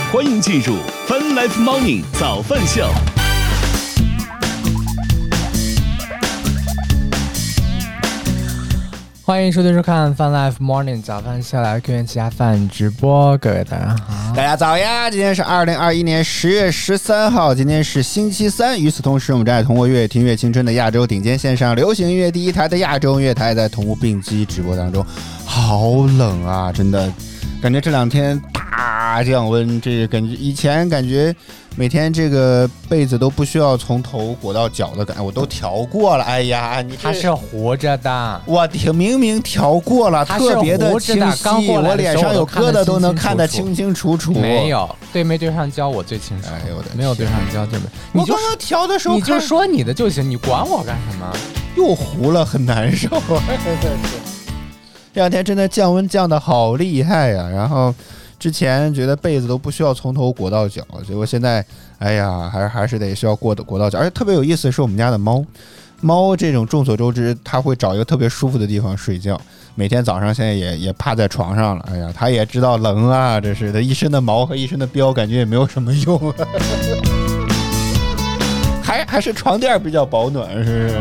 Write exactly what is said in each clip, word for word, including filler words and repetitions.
欢迎进入 Fun Life Morning 早饭秀。 欢迎收听收看 Fun Life Morning 早饭秀，来各位其他饭直播，各位大家好， 大家早呀！今天是二零二一年十月十三号，今天是星期三。与此同时，我们正在通过越听越青春的亚洲顶尖线上流行音乐第一台的亚洲音乐台，在同步并机直播当中。好冷啊，真的，感觉这两天大降温，这个感觉以前感觉每天这个被子都不需要从头裹到脚的感觉，我都调过了。哎呀，你他是活着的， 我挺明明调过了，特别的清晰，我脸上有疙瘩都能看得清清楚楚。 没有对没对上焦我最清楚， 哎呦我的， 没有对上焦就没。 我刚刚调的时候， 你就说你的就行，你管我干什么？ 又糊了，很难受。真的是，这两天真的降温降得好厉害呀、啊！然后之前觉得被子都不需要从头裹到脚，结果现在，哎呀，还还是得需要裹裹到脚。而且特别有意思的是，我们家的猫，猫这种众所周知，它会找一个特别舒服的地方睡觉。每天早上现在也也趴在床上了。哎呀，它也知道冷啊，这是它一身的毛和一身的膘，感觉也没有什么用、啊。还还是床垫比较保暖，是不是？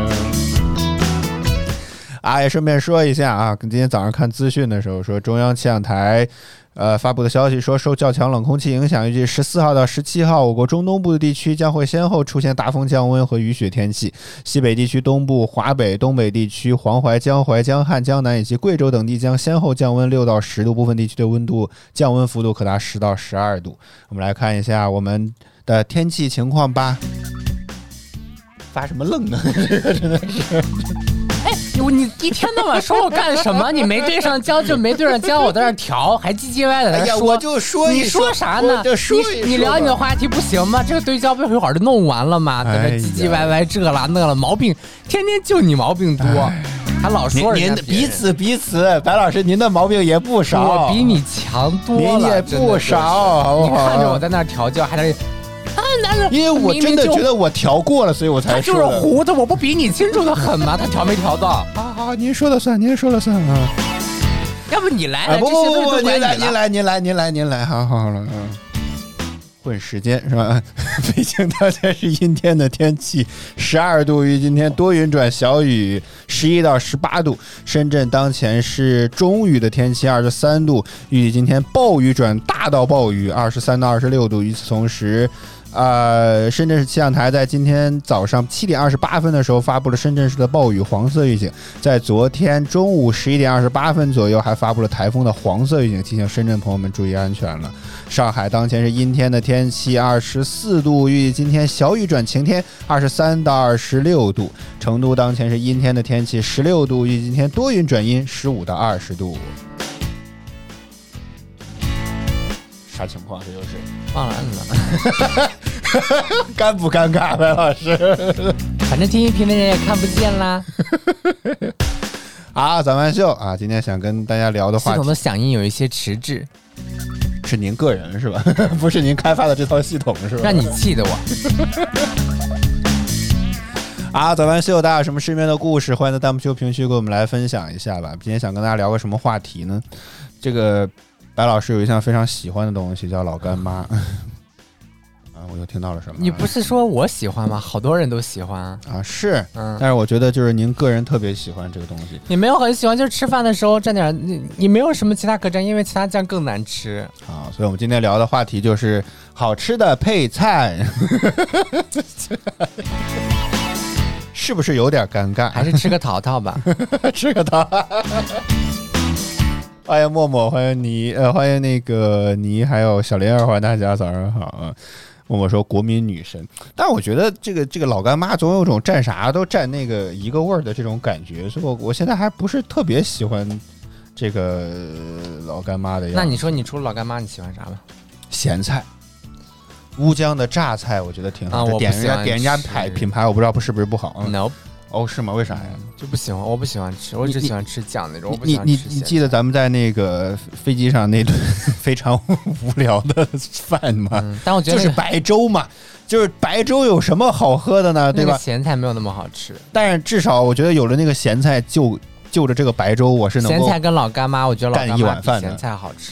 啊，也顺便说一下啊，今天早上看资讯的时候说，中央气象台呃发布的消息说，受较强冷空气影响，预计十四号到十七号，我国中东部的地区将会先后出现大风降温和雨雪天气，西北地区东部、华北、东北地区、黄淮、江淮、江汉、江南以及贵州等地将先后降温六到十度，部分地区的温度降温幅度可达十到十二度。我们来看一下我们的天气情况吧。发什么愣呢？这个真的是。 哎，你一天到晚说我干什么？你没对上焦就没对上焦，我在那调，还唧唧歪歪的。 哎呀，我就说一说，你说啥呢？ 就说一说你你聊你的话题不行吗？这个对焦不一会儿就弄完了吗？在那唧唧歪歪这啦那了，毛病天天就你毛病多，还老说人家您彼此彼此，白老师您的毛病也不少， 我比你强多了， 您也不少，好不好？ 你看着我在那调教，还在。啊， 因为我真的觉得我调过了，所以我才说。 他就是糊的，我不比你清楚的很吗？他调没调到？ 好好，您说了算，您说了算啊。 要不你来， 啊、不不不不， 您来，您来，您来，您来，您来，好好了，嗯。混时间是吧？北京当前是阴天的天气，十二度，预计今天多云转小雨，十一到十八度。深圳当前是中雨的天气，二十三度，预计今天暴雨转大到暴雨，二十三到二十六度。与此同时。呃，深圳市气象台在今天早上七点二十八分的时候发布了深圳市的暴雨黄色预警，在昨天中午十一点二十八分左右还发布了台风的黄色预警，提醒深圳朋友们注意安全了。上海当前是阴天的天气，二十四度，预计今天小雨转晴天，二十三到二十六度。成都当前是阴天的天气，十六度，预计今天多云转阴，十五到二十度。啥情况？这又是忘了摁了， 尴不尴尬，白老师？ 反正听音频的人也看不见啦。 好，早饭秀啊！今天想跟大家聊的话题， 系统的响应有一些迟滞， 是您个人是吧？不是您开发的这套系统是吧？ 让你气的我。 啊，早饭秀，大家有什么身边的故事，欢迎在弹幕区评区给我们来分享一下吧。今天想跟大家聊个什么话题呢？这个。白老师有一项非常喜欢的东西叫老干妈啊，我又听到了什么？ 你不是说我喜欢吗？好多人都喜欢啊，是， 嗯， 但是我觉得就是您个人特别喜欢这个东西。 你没有很喜欢，就是吃饭的时候蘸点，你你没有什么其他可蘸，因为其他酱更难吃。 好，所以我们今天聊的话题就是好吃的配菜，是不是有点尴尬？ 还是吃个桃桃吧， 吃个桃。欢迎默默，欢迎你，呃，欢迎那个你，还有小莲儿，欢迎大家早上好啊！默默说国民女神，但我觉得这个这个老干妈总有种蘸啥都蘸那个一个味儿的这种感觉，所以我我现在还不是特别喜欢这个老干妈的样子。 那你说你除了老干妈你喜欢啥吧？ 咸菜，乌江的榨菜我觉得挺好的， 啊、 点人家点人家牌品牌，我不知道不是不是不好啊。 No。 哦，是吗？为啥呀？ 就不喜欢，我不喜欢吃，我只喜欢吃酱那种。 你你你记得咱们在那个飞机上那顿非常无聊的饭吗？ 嗯、但我觉得、 那個、就是白粥嘛，就是白粥有什么好喝的呢？对吧？ 那個、咸菜没有那么好吃， 但是至少我觉得有了那个咸菜就就着这个白粥，我是能够咸菜跟老干妈，我觉得老干妈比咸菜好吃。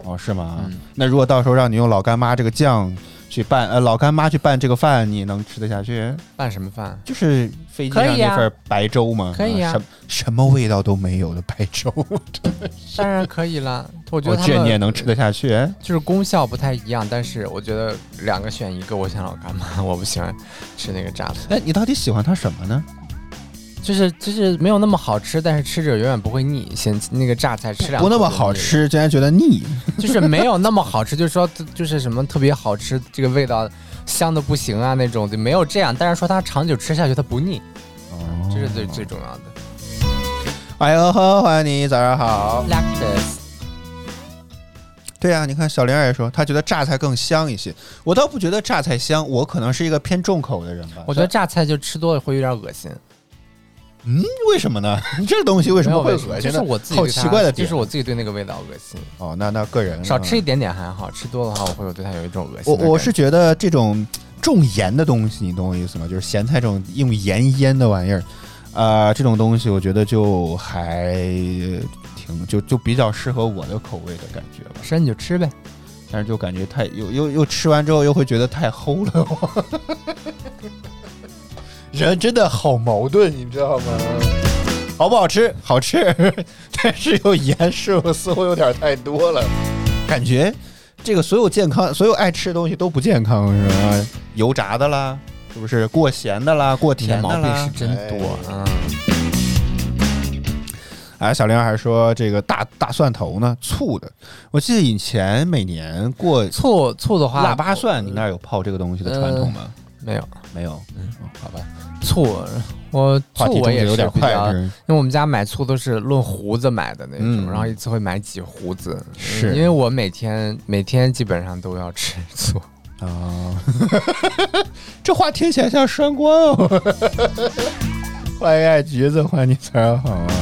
哦，是吗？ 嗯、 那如果到时候让你用老干妈这个酱去拌，呃，老干妈去拌这个饭，你能吃得下去？ 拌什么饭？ 就是飞机上那份白粥吗？ 可以呀、啊， 什什么味道都没有的白粥， 当然可以了。我觉得他们、 哦、这你也能吃得下去， 就是功效不太一样，但是我觉得两个选一个，我想老干妈，我不喜欢吃那个炸的。 哎，你到底喜欢它什么呢？ 就是就是没有那么好吃，但是吃着永远不会腻。先那个榨菜吃两口不那么好吃，竟然觉得腻， 就是没有那么好吃。就是说，就是什么特别好吃，这个味道香的不行啊那种，就没有这样。但是说它长久吃下去它不腻，哦，这是最最重要的。 哎呦呵，欢迎你，早上好。 Lactus。 对啊，你看小玲也说，她觉得榨菜更香一些。我倒不觉得榨菜香，我可能是一个偏重口的人吧。 我觉得榨菜就吃多了会有点恶心。 嗯，为什么呢？这个东西为什么会恶心呢？ 就是我自己好奇怪的点， 就是我自己对那个味道恶心。 哦，那那个人少吃一点点还好，吃多的话我会有对它有一种恶心。 我我是觉得这种重盐的东西，你懂我意思吗？就是咸菜这种用盐腌的玩意儿，啊、呃，这种东西我觉得就还挺就就比较适合我的口味的感觉吧。 是你就吃呗， 但是就感觉太又又又吃完之后又会觉得太齁了。人真的好矛盾，你知道吗？好不好吃？好吃，但是有盐似乎似乎有点太多了，感觉这个所有健康、所有爱吃的东西都不健康，是吧？油炸的啦，是不是过咸的啦，过甜的啦， 毛病是真多啊！ 哎，小玲还说这个大大蒜头呢，醋的。我记得以前每年过醋醋的话， 腊八蒜，你那儿有泡这个东西的传统吗？ 呃、没有， 没有。嗯，好吧。 醋，我醋我也是有点快， 因为我们家买醋都是论胡子买的那种，嗯、然后一次会买几胡子。 是、 嗯、因为我每天每天基本上都要吃醋啊。哦、这话听起来像双关哦。欢迎爱橘子，欢迎你早上好啊。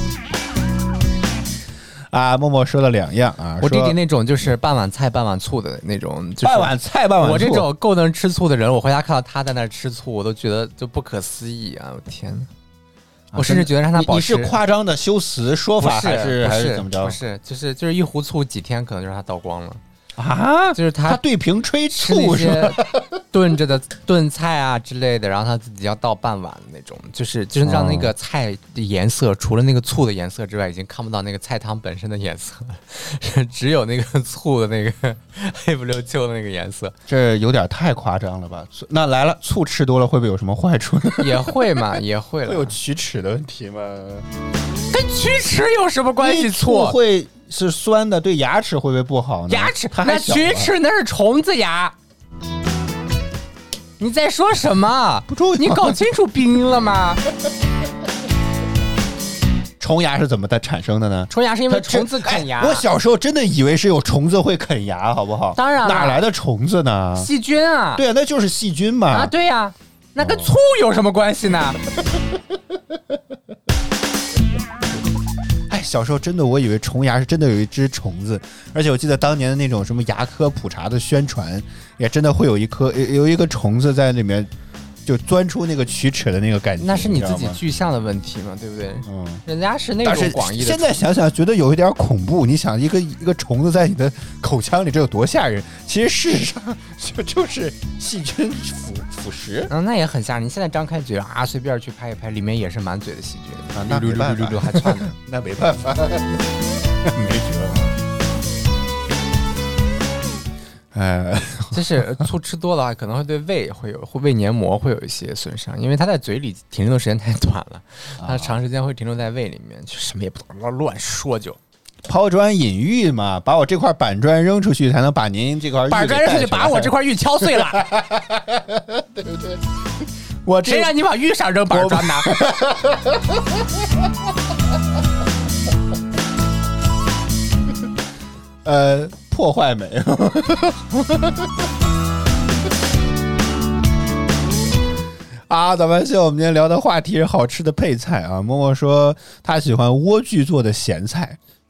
啊，默默说了两样啊， 我弟弟那种就是半碗菜半碗醋的那种，就是、 半碗菜半碗醋。 我这种够能吃醋的人，我回家看到他在那吃醋，我都觉得就不可思议啊！我天哪，啊、我甚至觉得让他保持。 你是夸张的修辞说法还是, 是还是怎么着？ 不是，就是就是一壶醋几天可能就让他倒光了。 啊， 就是他他对瓶吹醋是吧？ 炖着的炖菜啊之类的，然后他自己要倒半碗的那种，就是就是让那个菜的颜色、哦、除了那个醋的颜色之外，已经看不到那个菜汤本身的颜色了，只有那个醋的那个黑不溜秋的那个颜色。 这有点太夸张了吧？那来了，醋吃多了会不会有什么坏处呢？ 也会嘛，也会了。 会有龋齿的问题吗？ 跟龋齿有什么关系？醋会。是酸的，对牙齿会不会不好呢？ 牙齿那龋齿那是虫子牙，你在说什么？ 不重要， 你搞清楚病因了吗？ 虫牙是怎么的产生的呢？ 虫牙是因为虫子啃牙、 哎。我小时候真的以为是有虫子会啃牙，好不好？ 当然了， 哪来的虫子呢？ 细菌啊！ 对啊，那就是细菌嘛。 啊，对呀、啊，那跟醋有什么关系呢？ 小时候真的我以为虫牙是真的有一只虫子，而且我记得当年的那种什么牙科普查的宣传，也真的会有一颗有一个虫子在里面就钻出那个龋齿的那个感觉。 那是你自己具象的问题嘛，对不对？嗯，人家是那种广义的。 现在想想觉得有一点恐怖，你想一个一个虫子在你的口腔里，这有多吓人？其实事实上就就是细菌腐腐蚀。 嗯，那也很吓人。你现在张开嘴啊，随便去拍一拍，里面也是满嘴的细菌啊，那没办法， 还窜呢， 那没办法，没辙。哎， 就是醋吃多的话，可能会对胃会有会胃黏膜会有一些损伤，因为它在嘴里停留的时间太短了，它长时间会停留在胃里面，就什么也不懂，乱说就。 抛砖引玉嘛，把我这块板砖扔出去，才能把您这块玉板砖扔出去，把我这块玉敲碎了， 对不对？我谁让你往玉上扔板砖呢？ 呃，破坏美。啊，咱们现在我们今天聊的话题是好吃的配菜啊。默默说他喜欢莴苣做的咸菜，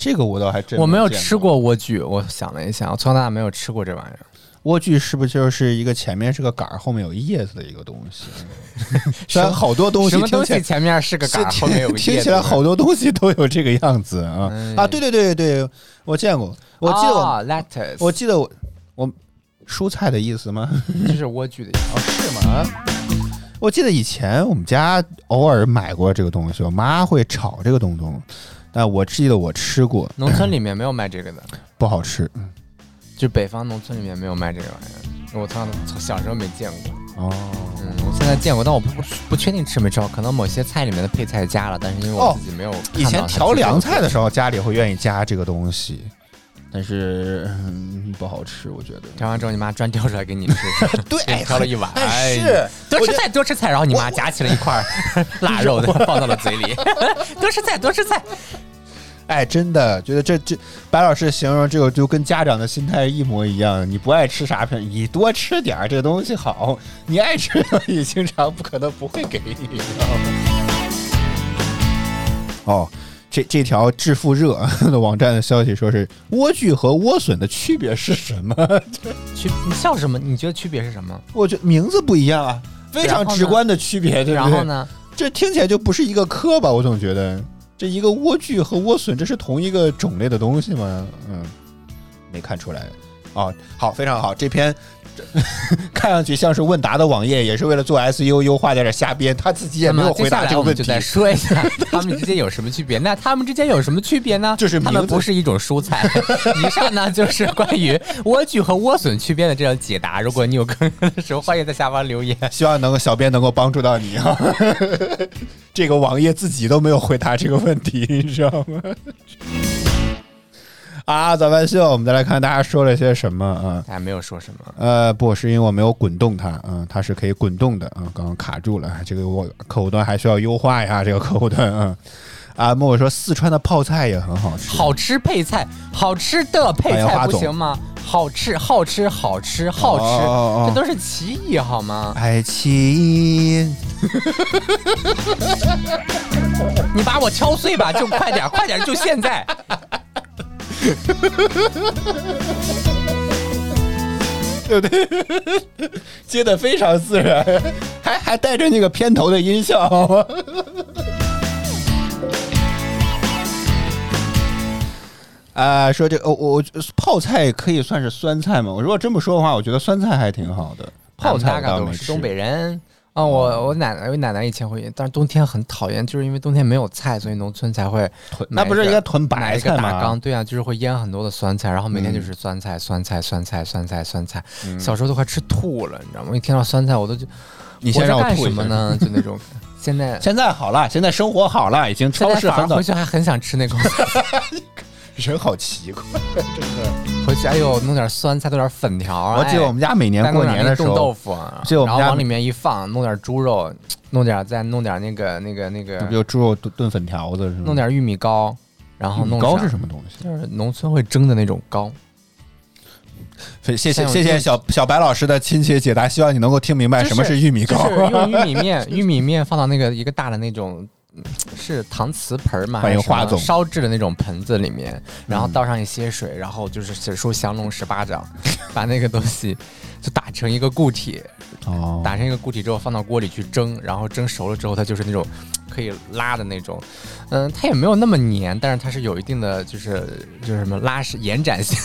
这个我倒还真我没有吃过莴苣，我想了一下，我从小到大没有吃过这玩意儿。 莴苣是不是就是一个前面是个杆儿，后面有叶子的一个东西？虽然好多东西什么东西前面是个杆儿，后面有叶子， 听起来好多东西都有这个样子啊、嗯、啊！对对对对，我见过，我记得我， 哦、lettuce 我记得我我蔬菜的意思吗？ 就是莴苣的意思。 哦，是吗？我记得以前我们家偶尔买过这个东西，我妈会炒这个东东，但我记得我吃过。 农村里面没有卖这个的， 不好吃。 就北方农村里面没有卖这个玩意儿，我从小时候没见过。 哦， 嗯，我现在见过，但我不不不确定吃没吃到，可能某些菜里面的配菜加了，但是因为我自己没有看到、哦。 以前调凉菜的时候，家里会愿意加这个东西，但是、嗯、不好吃，我觉得。 调完之后，你妈专挑出来给你吃， 对， 挑了一碗， 哎，是多吃菜多吃菜，然后你妈夹起了一块腊肉的放到了嘴里，多吃菜多吃菜。 哎，真的觉得这这白老师形容这个就跟家长的心态一模一样。你不爱吃啥片，你多吃点这个东西好。你爱吃的东西，经常不可能不会给你，你知道吗？哦，这这条致富热的网站的消息说是莴苣和莴笋的区别是什么？ 区你笑什么？你觉得区别是什么？ 我觉得名字不一样啊，非常直观的区别，对不对？ 然后呢？ 这听起来就不是一个科吧？我总觉得。这一个莴苣和莴笋，这是同一个种类的东西吗？嗯，没看出来。哦，好，非常好。这篇看上去像是问答的网页，也是为了做 S E O 优化在这瞎编，他自己也没有回答这个问题。 就再说一下，他们之间有什么区别？那他们之间有什么区别呢？ 就是他们不是一种蔬菜。以上呢就是关于莴苣和莴笋区别的这种解答。如果你有更多的时候，欢迎在下方留言。 希望能够小编能够帮助到你啊。这个网页自己都没有回答这个问题，你知道吗？啊，早饭秀，我们再来看大家说了些什么啊？ 大家没有说什么。 呃，不是因为我没有滚动它，嗯，它是可以滚动的啊，刚刚卡住了，这个我客户端还需要优化呀，这个客户端啊。啊，莫我说四川的泡菜也很好吃， 好吃配菜，好吃的配菜不行吗？好吃，好吃，好吃，好吃，哦哦哦，这都是歧义好吗？ 爱情， 你把我敲碎吧，就快点，快点，就现在。 对不对？接得非常自然，还还带着那个片头的音效。啊、呃，说这个，我、哦、泡菜可以算是酸菜吗？我如果这么说的话，我觉得酸菜还挺好的。泡菜大概都是东北人啊、哦，我我奶奶，我奶奶以前会，但是冬天很讨厌，就是因为冬天没有菜，所以农村才会囤。 那不是应该囤白菜吗？ 大缸，对啊，就是会腌很多的酸菜，然后每天就是酸菜、嗯、酸菜、酸菜、酸菜、酸菜。嗯、小时候都快吃吐了，你知道吗？一听到酸菜，我都就你先让我吐什么呢？就那种。现在现在好了，现在生活好了，已经超市很早。 回去还很想吃那个。 人好奇怪，真的。 回去哎呦，弄点酸菜，弄点粉条啊！ 我记得我们家每年过年的时候， 冻豆腐， 就我们家然后往里面一放，弄点猪肉，弄点再弄点那个那个那个， 有猪肉炖粉条子是吗？ 弄点玉米糕，然后弄糕是什么东西？ 就是农村会蒸的那种糕。 谢谢谢谢小小白老师的亲切解答，希望你能够听明白什么是玉米糕。 就是用玉米面，玉米面放到那个一个大的那种。是搪瓷盆嘛？ 欢迎华总。 烧制的那种盆子里面，然后倒上一些水，然后就是写出降龙十八掌，把那个东西就打成一个固体， 哦， 打成一个固体之后放到锅里去蒸，然后蒸熟了之后，它就是那种可以拉的那种，嗯，它也没有那么黏，但是它是有一定的就是就是什么拉是延展性，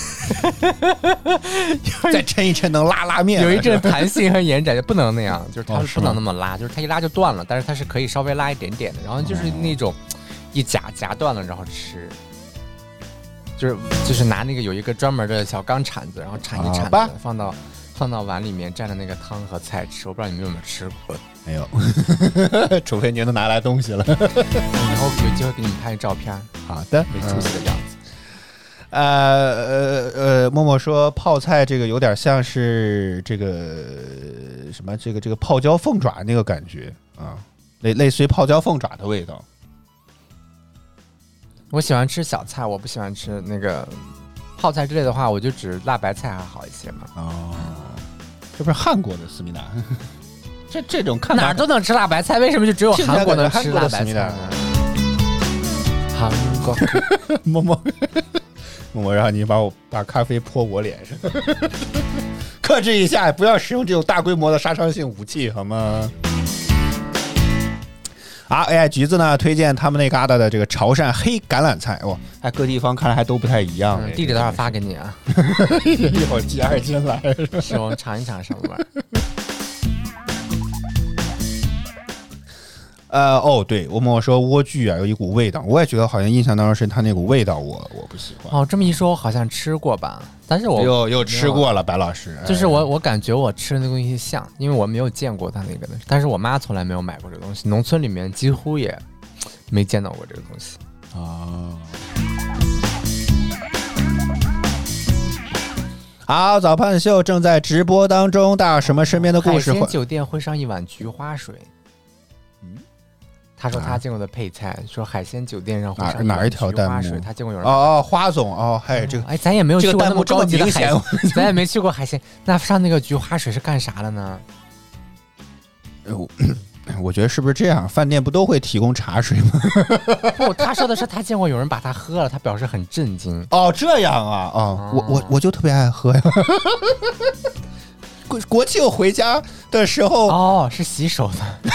再抻一抻能拉拉面， 有一阵弹性和延展，不能那样，就是它不能那么拉，哦、就是它一拉就断了，但是它是可以稍微拉一点点的，然后就是那种一夹夹断了然后吃。就是就是拿那个有一个专门的小钢铲子，然后铲一铲子放到放到碗里面蘸着那个汤和菜吃。我不知道你们有没有吃过？ 没有，除非您都拿来东西了。以后有机会给你们拍照片。 好的， 没出息的样子。 呃呃呃，默默说泡菜这个有点像是这个什么这个这个泡椒凤爪那个感觉啊，类类似于泡椒凤爪的味道。 我喜欢吃小菜，我不喜欢吃那个泡菜之类的话，我就只辣白菜还好一些嘛。 哦，这不是韩国的思密达？这这种看哪儿都能吃辣白菜，为什么就只有韩国能吃辣白菜呢？韩哥， 默默默默让你把我把咖啡泼我脸上，克制一下，不要使用这种大规模的杀伤性武器，好吗？啊 ，A I 橘子呢推荐他们那旮瘩的这个潮汕黑橄榄菜哦，哎，各地方看来还都不太一样。 嗯、地址到时候发给你啊， 一会儿寄二斤来， 是我尝一尝什么味儿。 呃哦，对，我默说莴苣啊有一股味道，我也觉得好像印象当中是它那股味道我我不喜欢。 哦，这么一说，我好像吃过吧，但是我又又吃过了，白老师。 就是我我感觉我吃的那个东西像，因为我没有见过它那个的，但是我妈从来没有买过这个东西，农村里面几乎也没见到过这个东西啊。好，早饭秀正在直播当中，大家什么身边的故事？ 海鲜酒店会上一碗菊花水。 嗯。 他说他见过的配菜，啊、说海鲜酒店上会上哪一条弹幕？ 他见过有人哦哦，花总哦，嗨，这个哎，咱也没有去过那么高级的海鲜，咱也没去过海鲜。那上那个菊花水是干啥的呢？ 我我觉得是不是这样？饭店不都会提供茶水吗？ 不，他说的是他见过有人把它喝了，他表示很震惊。 哦，这样啊，哦，我我我就特别爱喝呀。国国庆回家的时候， 哦，是洗手的。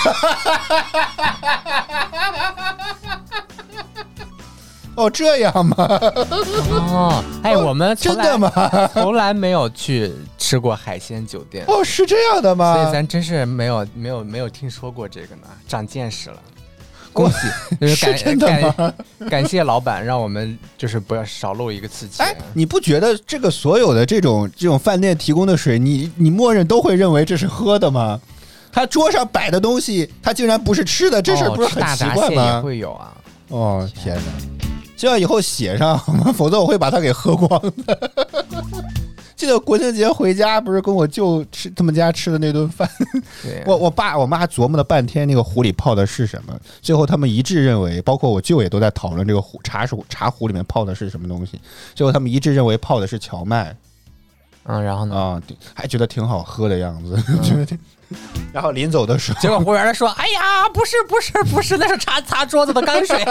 哦，这样吗？ 哦，哎，我们真的吗？ 从来没有去吃过海鲜酒店。 哦，是这样的吗？ 所以咱真是没有没有没有听说过这个呢，长见识了。恭喜，就是感是真的吗？ 感感谢老板，让我们就是不要少漏一个次钱。 哎，你不觉得这个所有的这种这种饭店提供的水，你你默认都会认为这是喝的吗？他桌上摆的东西，他竟然不是吃的，这事儿不是很奇怪吗？ 哦、也会有啊。 哦天哪！希望以后写上，否则我会把它给喝光的。记得国庆节回家不是跟我舅吃他们家吃的那顿饭，我我爸我妈琢磨了半天那个壶里泡的是什么，最后他们一致认为，包括我舅也都在讨论这个壶茶壶茶壶里面泡的是什么东西，最后他们一致认为泡的是荞麦。 嗯，然后呢？ 啊，还觉得挺好喝的样子，觉得挺。然后临走的时候， 结果服务员说：“哎呀，不是不是不是，那是擦擦桌子的泔水。”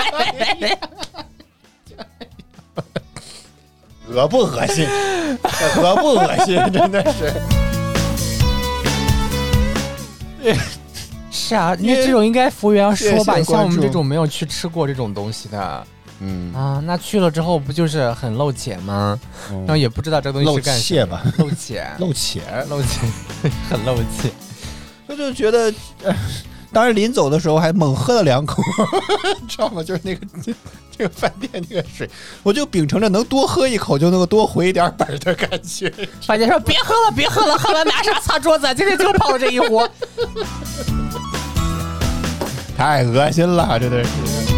恶不恶心？恶不恶心？真的是。 是啊，你这种应该服务员要说吧？像我们这种没有去吃过这种东西的， 嗯啊，那去了之后不就是很露浅吗？嗯、然后也不知道这东西是干什么。 吧， 露浅， 露浅， 露浅，很露浅。 我就觉得。呃当时临走的时候还猛喝了两口，知道吗？就是那个这个饭店那个水，我就秉承着能多喝一口就能够多回一点本的感觉。 饭店说别喝了，别喝了，喝了拿啥擦桌子？今天就泡这一壶， 太恶心了，真的是。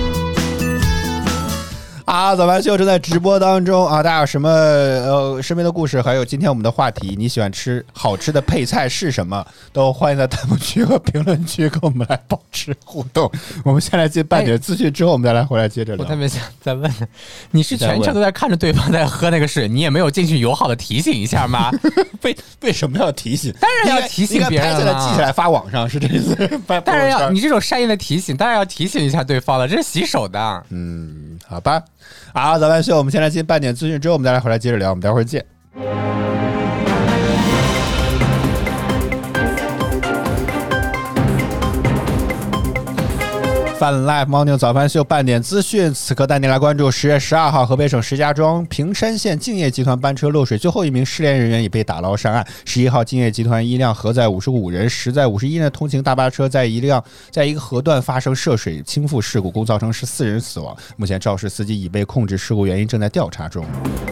啊，早饭秀正在直播当中啊！大家有什么呃身边的故事，还有今天我们的话题，你喜欢吃好吃的配菜是什么？都欢迎在弹幕区和评论区跟我们来保持互动。我们先来进半点资讯之后，我们再来回来接着聊。 我特别想再问，你是全程都在看着对方在喝那个水，你也没有进去友好的提醒一下吗？ 为为什么要提醒？ 当然要提醒别人了， 拍下来记下来发网上是这意思。 当然要，你这种善意的提醒，当然要提醒一下对方了，这是洗手的。 嗯，好吧。好，早饭秀，我们先来进半点资讯，之后我们再来回来接着聊，我们待会儿见。Fun Life Morning 早饭秀半点资讯，此刻带你来关注十月十二号，河北省石家庄平山县敬业集团班车漏水，最后一名失联人员已被打捞上岸。十一号，敬业集团一辆核载五十五人、实载五十一人的通勤大巴车在一辆在一个河段发生涉水倾覆事故，共造成十四人死亡。目前肇事司机已被控制，事故原因正在调查中。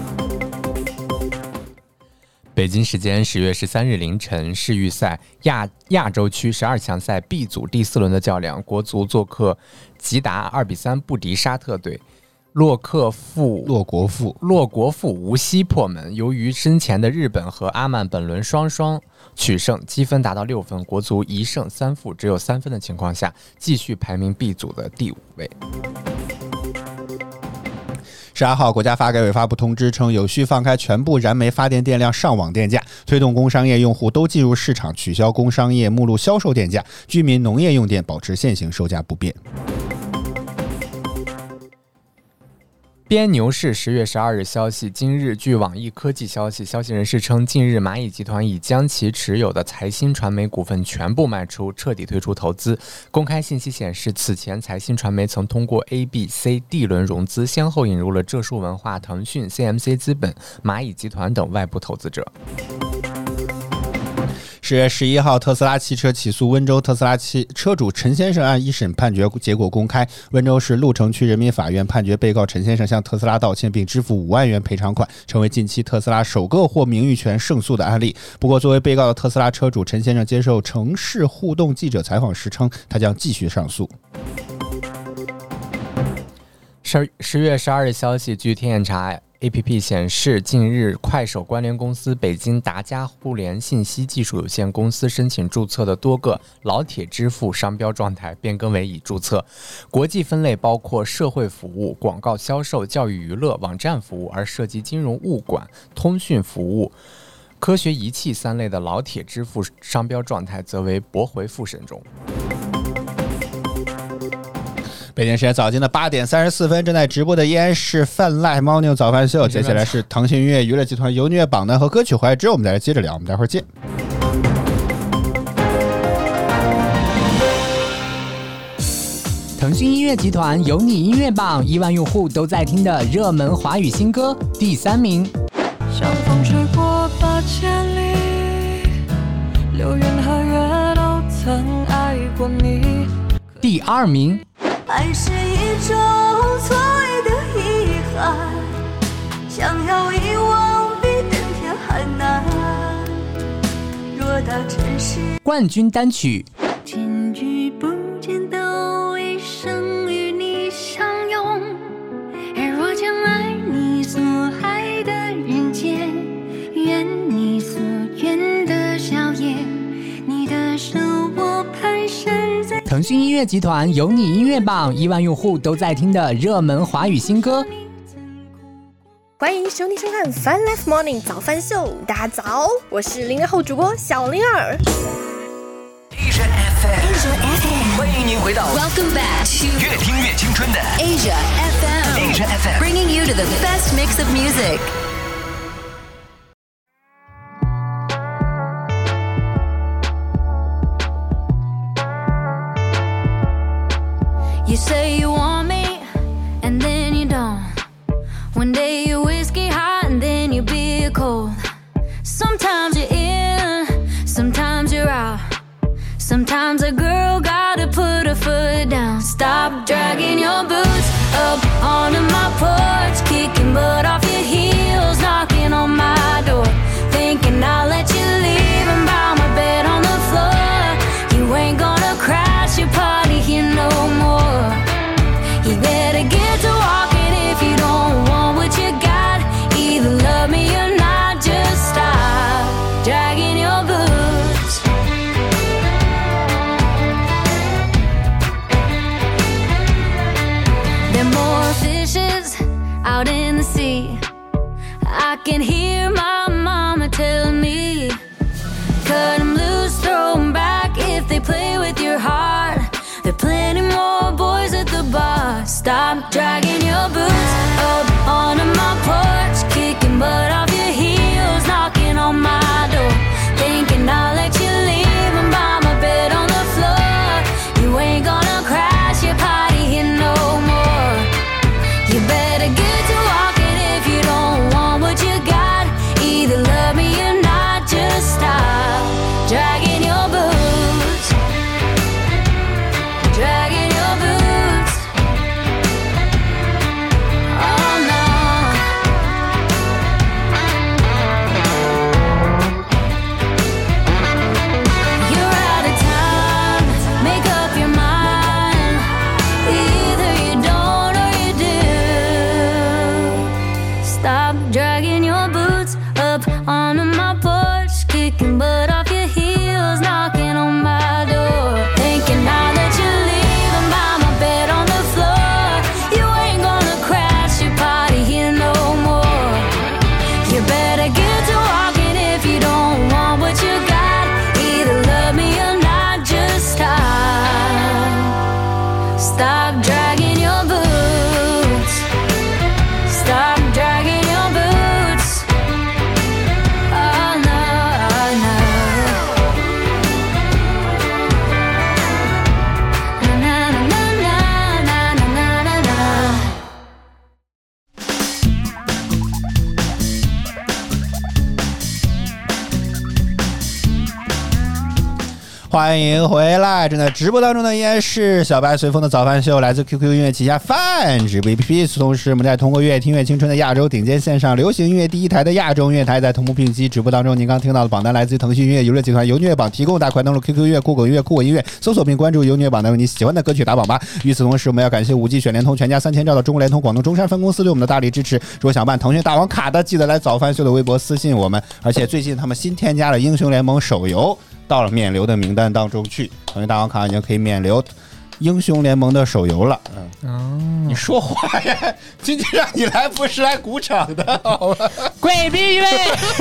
北京时间十月十三日凌晨，世预赛亚亚洲区十二强赛 B 组第四轮的较量，国足做客吉达二比三不敌沙特队，洛克富洛国富洛国富无锡破门。由于身前的日本和阿曼本轮双双取胜，积分达到六分，国足一胜三负，只有三分的情况下，继续排名 B 组的第五位。 十二号，国家发改委发布通知称，有序放开全部燃煤发电电量上网电价，推动工商业用户都进入市场，取消工商业目录销售电价，居民农业用电保持现行售价不变。 边牛市十月十二日消息，今日据网易科技消息，消息人士称，近日蚂蚁集团已将其持有的财新传媒股份全部卖出，彻底退出投资。公开信息显示，此前财新传媒曾通过 A、B、C、D 轮融资，先后引入了浙数文化、腾讯、C M C 资本、蚂蚁集团等外部投资者。 十月十一号，特斯拉汽车起诉温州特斯拉汽车主陈先生案一审判决结果公开，温州市鹿城区人民法院判决被告陈先生向特斯拉道歉并支付五万元赔偿款，成为近期特斯拉首个获名誉权胜诉的案例。不过，作为被告的特斯拉车主陈先生接受城市互动记者采访时称，他将继续上诉。 十月十二日消息，据天眼查A P P 显示，近日快手关联公司北京达佳互联信息技术有限公司申请注册的多个老铁支付商标状态变更为已注册，国际分类包括社会服务、广告销售、教育娱乐、网站服务，而涉及金融物管、通讯服务、科学仪器三类的老铁支付商标状态则为驳回复审中。 北京时间早间的八点三十四分，正在直播的依然是泛赖猫牛早饭秀。接下来是腾讯音乐娱乐集团由音乐榜单和歌曲怀之，我们再来接着聊，我们待会儿见。 腾讯音乐集团有你音乐榜，亿万用户都在听的热门华语新歌第三名。 像风吹过八千里，流云和月都曾爱过你。 第二名， 爱是一种错位的遗憾，想要遗忘比登天还难。偌大城市， 冠军单曲。 千句不见都一生与你相拥，而我将爱你所爱的人间，愿你所愿的笑颜，你的手我蹒跚在。 腾讯音乐集团有你音乐榜，亿万用户都在听的热门华语新歌。 欢迎收听收看 Fun Life Morning 早饭秀，大家早，我是零零后主播小灵儿。 Asia F M， 欢迎您回到 Welcome back to 越听越青春的 Asia F M， Asia F M， bringing you to the best mix of music. You say you want me, and then you don't. One day you're whiskey hot, and then you're beer cold. Sometimes you're in, sometimes you're out. Sometimes a girl gotta put her foot down. Stop dragging your boots up onto my porch, kicking butt off your heels, knocking on my door, thinking I'll let you leave and bow my bed on the floor. You ain't gonna crash your party here no more. You better get to walking if you don't want what you got. Either love me or not, just stop dragging your boots. There are more fishes out in the sea. I can hear my mama tell me, cut them loose, throw them back if they play with your heart. There are plenty more boys at the bar. Stop dragging your boots up onto my porch, kicking butt off your heels, knocking on my door, thinking I'll let you leave and buy my bed on the floor. You ain't gonna crash your party here no more. You better get to walking if you don't want what you got. 欢迎回来！正在直播当中的依然是小白随风的早饭秀，来自 Q Q 音乐旗下泛直播 A P P。同时，我们在通过乐听乐青春的亚洲顶尖线上流行音乐第一台的亚洲音乐台，在同步并机直播当中。您刚听到的榜单来自于腾讯音乐娱乐集团由音乐榜提供，大家快登录 Q Q 音乐、酷狗音乐、酷我音乐，搜索并关注由音乐榜单，为你喜欢的歌曲打榜吧。与此同时，我们要感谢五 G 选联通全家三千兆的中国联通广东中山分公司对我们的大力支持。如果想办腾讯大王卡的，记得来早饭秀的微博私信我们。而且最近他们新添加了英雄联盟手游。到了免流的名单当中去，腾讯大王卡已经可以免流英雄联盟的手游了。嗯，哦、你说话呀！今天让你来不是来鼓掌的，好吧？ 贵宾一位。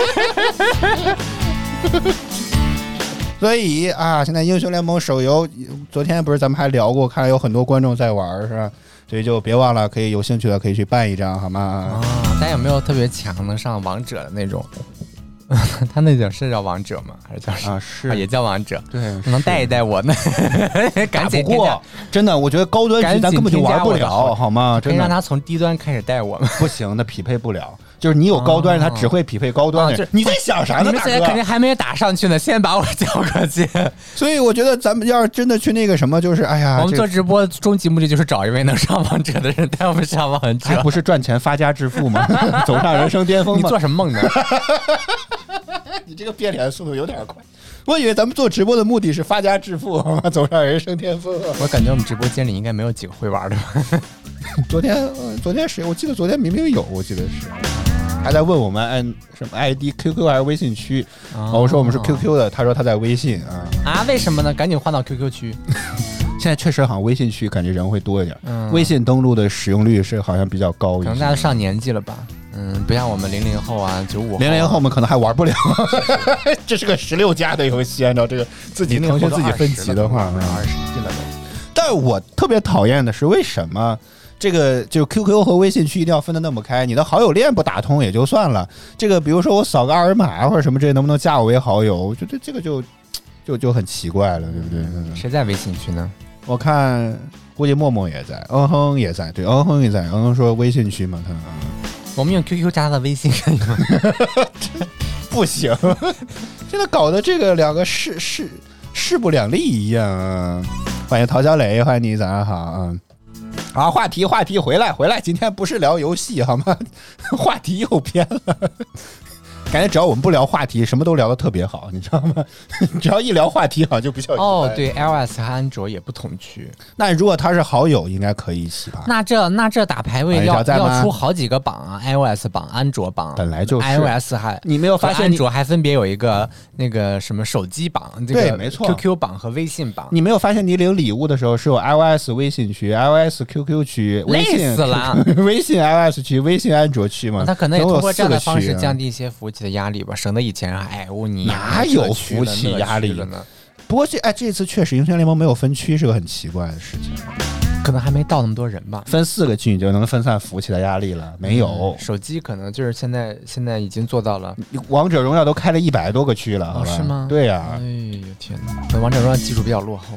所以啊，现在英雄联盟手游，昨天不是咱们还聊过，看来有很多观众在玩，是吧？所以就别忘了，可以有兴趣的可以去办一张，好吗？ 啊，但有没有特别强能上王者的那种？他那种是叫王者吗？还是叫啊？是、啊、 也叫王者。 对， 能带一带我呢？赶紧不过，真的，我觉得高端局咱根本就玩不了，好吗？ 可以让他从低端开始带我们。 不行，那匹配不了。就是你有高端，他只会匹配高端的。你在想啥呢？ 你们现在肯定还没打上去呢，先把我叫过去。 所以我觉得咱们要是真的去那个什么，就是哎呀， 我们做直播终极目的就是找一位能上王者的人带我们上王者， 还不是赚钱发家致富吗？走上人生巅峰吗？ 你做什么梦呢？ 你这个变脸的速度有点快，我以为咱们做直播的目的是发家致富，走上人生巅峰。 我感觉我们直播间里应该没有几个会玩的。 昨天，昨天谁？我记得昨天明明有，我记得是，还在问我们按什么 I D，Q Q 还是微信区？哦、我说我们是 Q Q 的，他说他在微信啊。 啊？为什么呢？赶紧换到 Q Q 区。 现在确实好像微信区感觉人会多一点，嗯、微信登录的使用率是好像比较高一些。 可能大家上年纪了吧？嗯，不像我们零零后啊，九五后、啊， 零零后我们可能还玩不了。这是个十六加的游戏，按照这个自己腾讯自己分级的话， 二十一了都。 但是我特别讨厌的是，为什么这个就 Q Q 和微信区一定要分得那么开？你的好友链不打通也就算了，这个比如说我扫个二维码或者什么这些，能不能加我为好友？我觉得这个就就就很奇怪了，对不对？ 谁在微信区呢？ 我看估计默默也在，嗯哼也在，对，嗯哼也在，嗯哼说微信区嘛，他。 我们用 Q Q 加他的微信可以吗？ 不行，现在搞得这个两个势势势不两立一样啊！欢迎陶小磊，欢迎你，早上好啊！啊，话题话题回来回来，今天不是聊游戏好吗？话题又偏了。感觉只要我们不聊话题，什么都聊得特别好，你知道吗？只要一聊话题，好像就比较哦。对 ，iOS 和安卓也不同区。 那如果他是好友，应该可以一起吧？ 那这那这打排位要要出好几个榜啊 ，iOS 榜、安卓榜， 本来就是 iOS 还你没有发现， 安卓还分别有一个那个什么手机榜，这个对，没错 ，Q Q 榜和微信榜。 你没有发现你领礼物的时候是有 iOS 微信区、iOS Q Q 区、微信累死了， 微信 iOS 区、微信安卓区嘛？ 他可能也通过这样的方式降低一些服务器的压力吧，省得以前哎，我你哪有服务器压力了呢？ 不过这哎，这次确实英雄联盟没有分区是个很奇怪的事情， 可能还没到那么多人吧。 分四个区你就能分散服务器的压力了，没有、 嗯、手机可能就是现在现在已经做到了。 王者荣耀都开了一百多个区了， 哦，是吗？ 对呀、啊， 哎呦天哪！王者荣耀技术比较落后。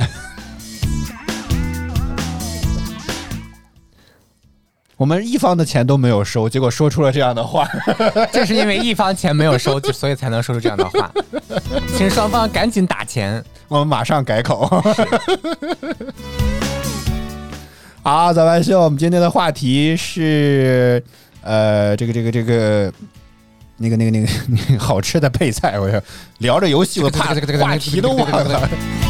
我们一方的钱都没有收，结果说出了这样的话， 这是因为一方钱没有收，所以才能说出这样的话。请双方赶紧打钱， 我们马上改口。好，早班秀，我们今天的话题是，呃，这个这个这个，那个那个那个那个好吃的配菜，我要聊着游戏，我怕话题都忘了。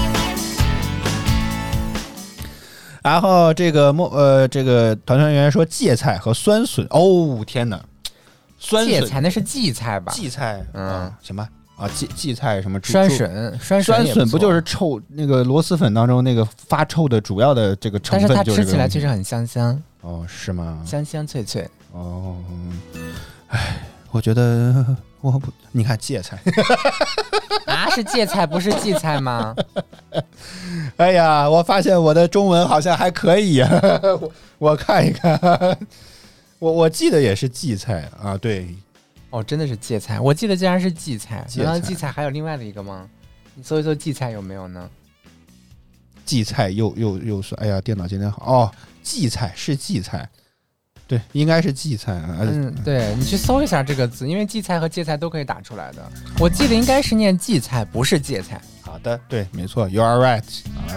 然后这个莫呃，这个团团圆说芥菜和酸笋，哦天哪，酸笋芥菜那是荠菜吧？ 荠菜，嗯， 嗯行吧，啊荠荠菜什么酸笋，酸酸笋不不就是臭那个螺蛳粉当中那个发臭的主要的这个成分？ 但是它吃起来其实很香香。 哦，是吗？ 香香脆脆。 哦，哎，我觉得我不，你看芥菜啊，是芥菜不是荠菜吗？ 哎呀，我发现我的中文好像还可以啊，我, 我看一看，我我记得也是荠菜啊，对， 哦，真的是芥菜，我记得竟然是荠菜， 荠菜难道荠菜还有另外的一个吗？你搜一搜荠菜有没有呢？ 荠菜又又又是，哎呀，电脑今天好哦，荠菜是荠菜。对，应该是荠菜啊。 嗯，对，你去搜一下这个字，因为荠菜和芥菜都可以打出来的。我记得应该是念荠菜，不是芥菜。 好的，对，没错 ，You are right。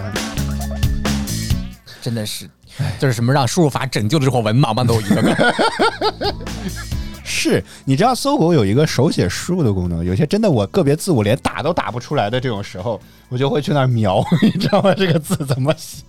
真的是，就是什么让输入法拯救的这伙文盲吗？都一个个。 是，你知道搜狗有一个手写输入的功能，有些真的我个别字我连打都打不出来的这种时候，我就会去那儿描，你知道吗？这个字怎么写？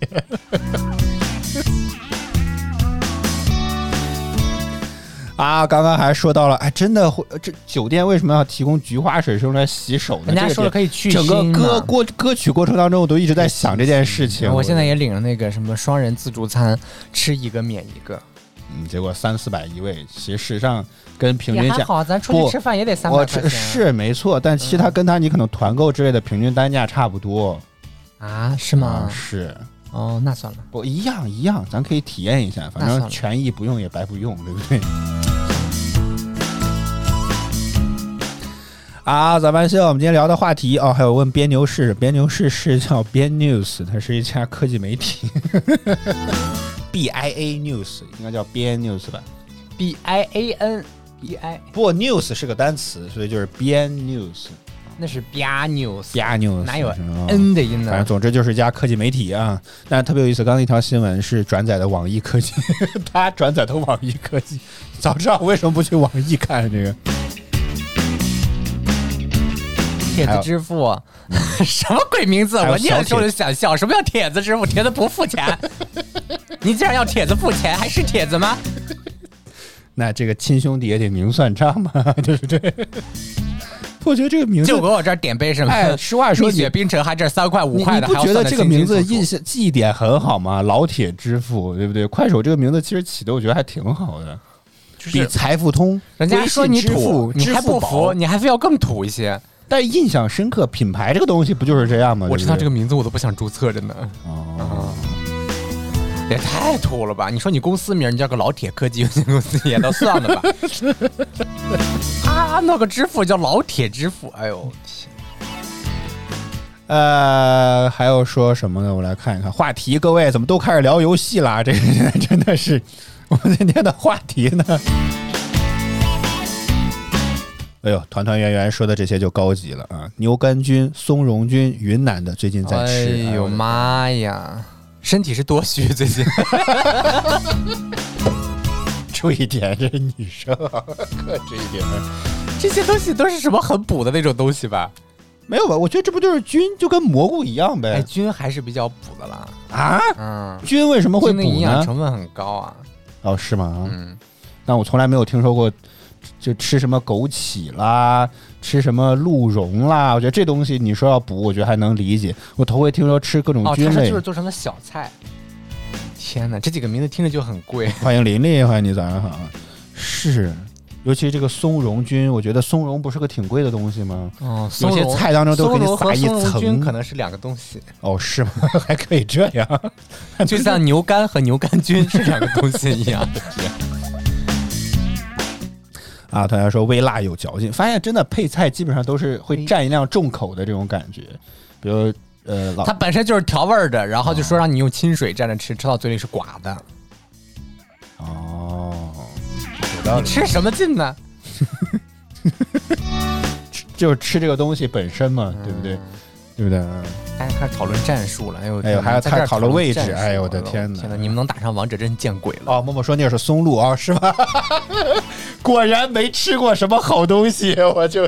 啊，刚刚还说到了，哎，真的会，这酒店为什么要提供菊花水用来洗手呢？ 人家说了可以去整个歌歌歌曲过程当中，我都一直在想这件事情。 我现在也领了那个什么双人自助餐，吃一个免一个。 嗯，结果三四百一位，其实史上跟平均价也还好，咱出去吃饭也得三百块钱。 是没错，但其实它跟它你可能团购之类的平均单价差不多。 啊？是吗？ 嗯、是。 哦，那算了， 不一样一样，咱可以体验一下，反正权益不用也白不用，对不对？啊，早班秀，我们今天聊的话题哦，还有问边牛市，边牛市是叫边 news， 它是一家科技媒体，B I A News 应该叫边 news 吧 ，B I A N B I， 不 news 是个单词，所以就是边 news。 那是 Bia News，Bia News 哪有 N 的音呢？ 反正总之就是一家科技媒体啊。但是特别有意思，刚刚一条新闻是转载的网易科技，他转载的网易科技，早知道为什么不去网易看这个？ 帖子支付，什么鬼名字？我念的时候就想笑，什么叫帖子支付？帖子不付钱，你既然要帖子付钱，还是帖子吗？ 那这个亲兄弟也得明算账嘛，对不对？我觉得这个名字就搁我这儿点杯是吗？ 哎，实话说， 蜜雪冰城还这三块五块的， 你不觉得这个名字印象记忆点很好吗？老铁支付，对不对？快手这个名字其实起的我觉得还挺好的，就是比财付通， 人家说你土，你还不服，你还非要更土一些。 但是印象深刻，品牌这个东西不就是这样吗？ 我知道这个名字我都不想注册，真的。 哦。 也太土了吧！你说你公司名你叫个老铁科技有限公司也都算了吧？啊，那个支付叫老铁支付，哎呦天！ 呃，还有说什么呢？我来看一看话题，各位怎么都开始聊游戏啦？这个现在真的是我们今天的话题呢。哎呦，团团圆圆说的这些就高级了啊！牛肝菌、松茸菌，云南的最近在吃。 哎呦妈呀！身体是多虚，最近注意点，这是女生啊，克制一点。 这些东西都是什么很补的那种东西吧？ 没有吧？我觉得这不就是菌，就跟蘑菇一样呗。 哎，菌还是比较补的啦。 啊？ 嗯， 菌为什么会补呢？ 营养成分很高啊。 哦，是吗？ 嗯， 但我从来没有听说过，就吃什么枸杞啦。吃什么鹿茸啦？我觉得这东西你说要补，我觉得还能理解。我头回听说吃各种菌类， 哦，它就是做成了小菜。天哪，这几个名字听着就很贵。 欢迎琳琳，欢迎你，早上好。是，尤其这个松茸菌，我觉得松茸不是个挺贵的东西吗？ 哦， 有些菜当中都给你撒一层， 可能是两个东西。 哦，是吗？还可以这样？ 就像牛肝和牛肝菌是两个东西一样。 啊，大家说微辣有嚼劲，发现真的配菜基本上都是会蘸一辆重口的这种感觉，比如呃， 它本身就是调味的，然后就说让你用清水蘸着吃，吃到嘴里是寡的。 哦， 你吃什么劲呢？ 就是吃这个东西本身嘛，对不对？对不对？ 大家开始讨论战术了，哎呦， 哎呦，还要开讨论位置，哎呦，我的天哪！ 天哪，你们能打上王者真见鬼了！ 哦，默默说那是松露啊，是吧？果然没吃过什么好东西，我就是。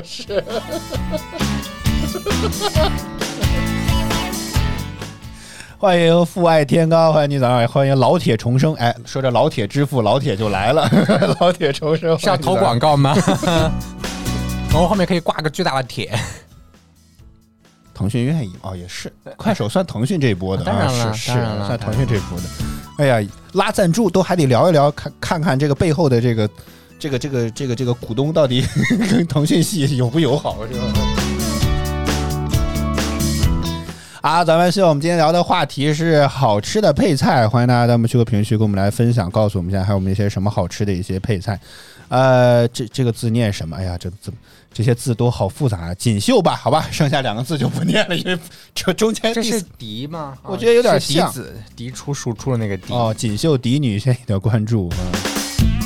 欢迎父爱天高，欢迎你早上，欢迎老铁重生。哎，说着老铁支付，老铁就来了，老铁重生是要投广告吗？然后后面可以挂个巨大的铁。 腾讯愿意哦，也是快手算腾讯这一波的， 当然了， 是是当然了， 算腾讯这一波的。哎呀，拉赞助都还得聊一聊，看看看这个背后的这个这个这个这个这个股东到底跟腾讯系友不友好，是吧？啊，咱们是我们今天聊的话题是好吃的配菜，欢迎大家在我们区个评论区跟我们来分享，告诉我们现在还有我们一些什么好吃的一些配菜。呃，这这个字念什么？哎呀，这字这些字都好复杂啊！锦绣吧，好吧，剩下两个字就不念了，因为这中间这是嫡吗？ 我觉得有点像嫡子，嫡出输出的那个嫡。 哦，锦绣嫡女，谢谢你的关注。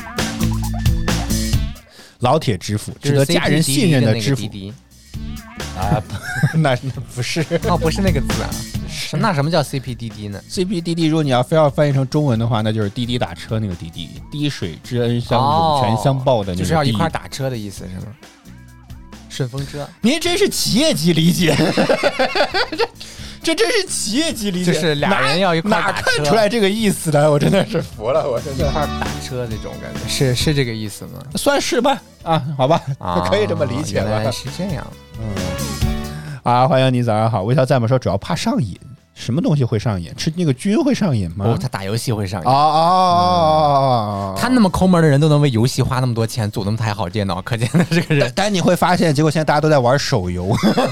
嗯、老铁支付，值得家人信任的支付。 啊，那那不是哦，不是那个字啊。那什么叫 C P D D 呢 ？C P D D， 如果你要非要翻译成中文的话，那就是滴滴打车那个滴滴，滴水之恩相涌泉相报的那个滴， 就是要一块打车的意思是吗？顺风车， 您真是企业级理解，这这真是企业级理解， 就是俩人要一块打车， 哪看出来这个意思的？我真的是服了，我真的一块打车那种感觉，是是这个意思吗？ 算是吧，啊，好吧，啊、可以这么理解了。 原来是这样， 嗯，啊，欢迎你，早上好。微笑在吗说主要怕上瘾。什么东西会上瘾？吃那个菌会上瘾吗？ 哦，他打游戏会上瘾。 哦哦哦！ 他那么抠门的人都能为游戏花那么多钱，组那么台好电脑，可见的这个人。 但你会发现，结果现在大家都在玩手游。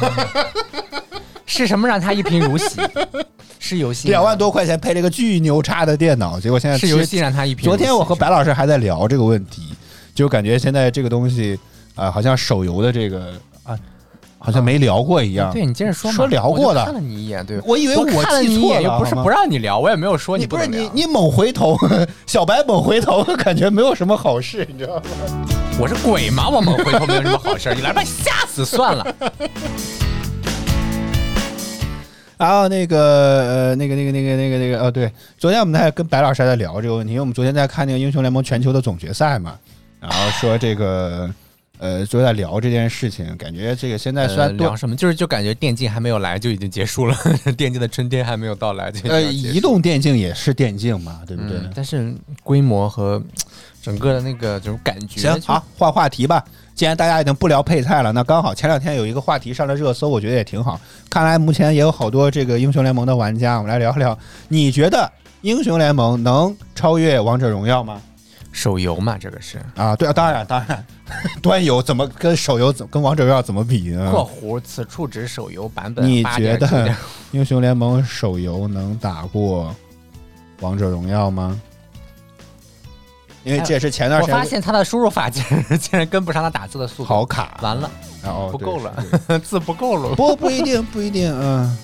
是什么让他一贫如洗？是游戏。 两万多块钱配了一个巨牛叉的电脑，结果现在是游戏让他一贫如洗。 昨天我和白老师还在聊这个问题，就感觉现在这个东西啊、呃，好像手游的这个啊。好像没聊过一样。 嗯、对你接着说嘛。 说聊过的。 我看了你一眼，对， 我以为我看了你一眼，又不是不让你聊，我也没有说你不能聊。 你不是你你猛回头，小白猛回头，感觉没有什么好事，你知道吗？ 我是鬼吗？我猛回头没有什么好事，你来把你吓死算了。 然后那个呃那个那个那个那个那个哦对，昨天我们还跟白老师还在聊这个问题，因为我们昨天在看那个英雄联盟全球的总决赛嘛，然后说这个。呃，就在聊这件事情，感觉这个现在虽然、呃、 聊什么，就是就感觉电竞还没有来就已经结束了，电竞的春天还没有到来就呃，移动电竞也是电竞嘛，对不对？ 嗯、但是规模和整个的那个这种感觉。 行，好，换话题吧。既然大家已经不聊配菜了，那刚好前两天有一个话题上了热搜，我觉得也挺好。看来目前也有好多这个英雄联盟的玩家，我们来聊聊，你觉得英雄联盟能超越王者荣耀吗？ 手游嘛，这个是啊，对啊，当然当然，端游怎么跟手游怎跟王者荣耀怎么比呢？ 括弧此处指手游版本。 你觉得英雄联盟手游能打过王者荣耀吗？因为这也是前段时间、 哎、我发现他的输入法竟然竟然跟不上他打字的速度， 好卡， 完了， 哦， 不够了，字不够了。 不不一定不一定，嗯，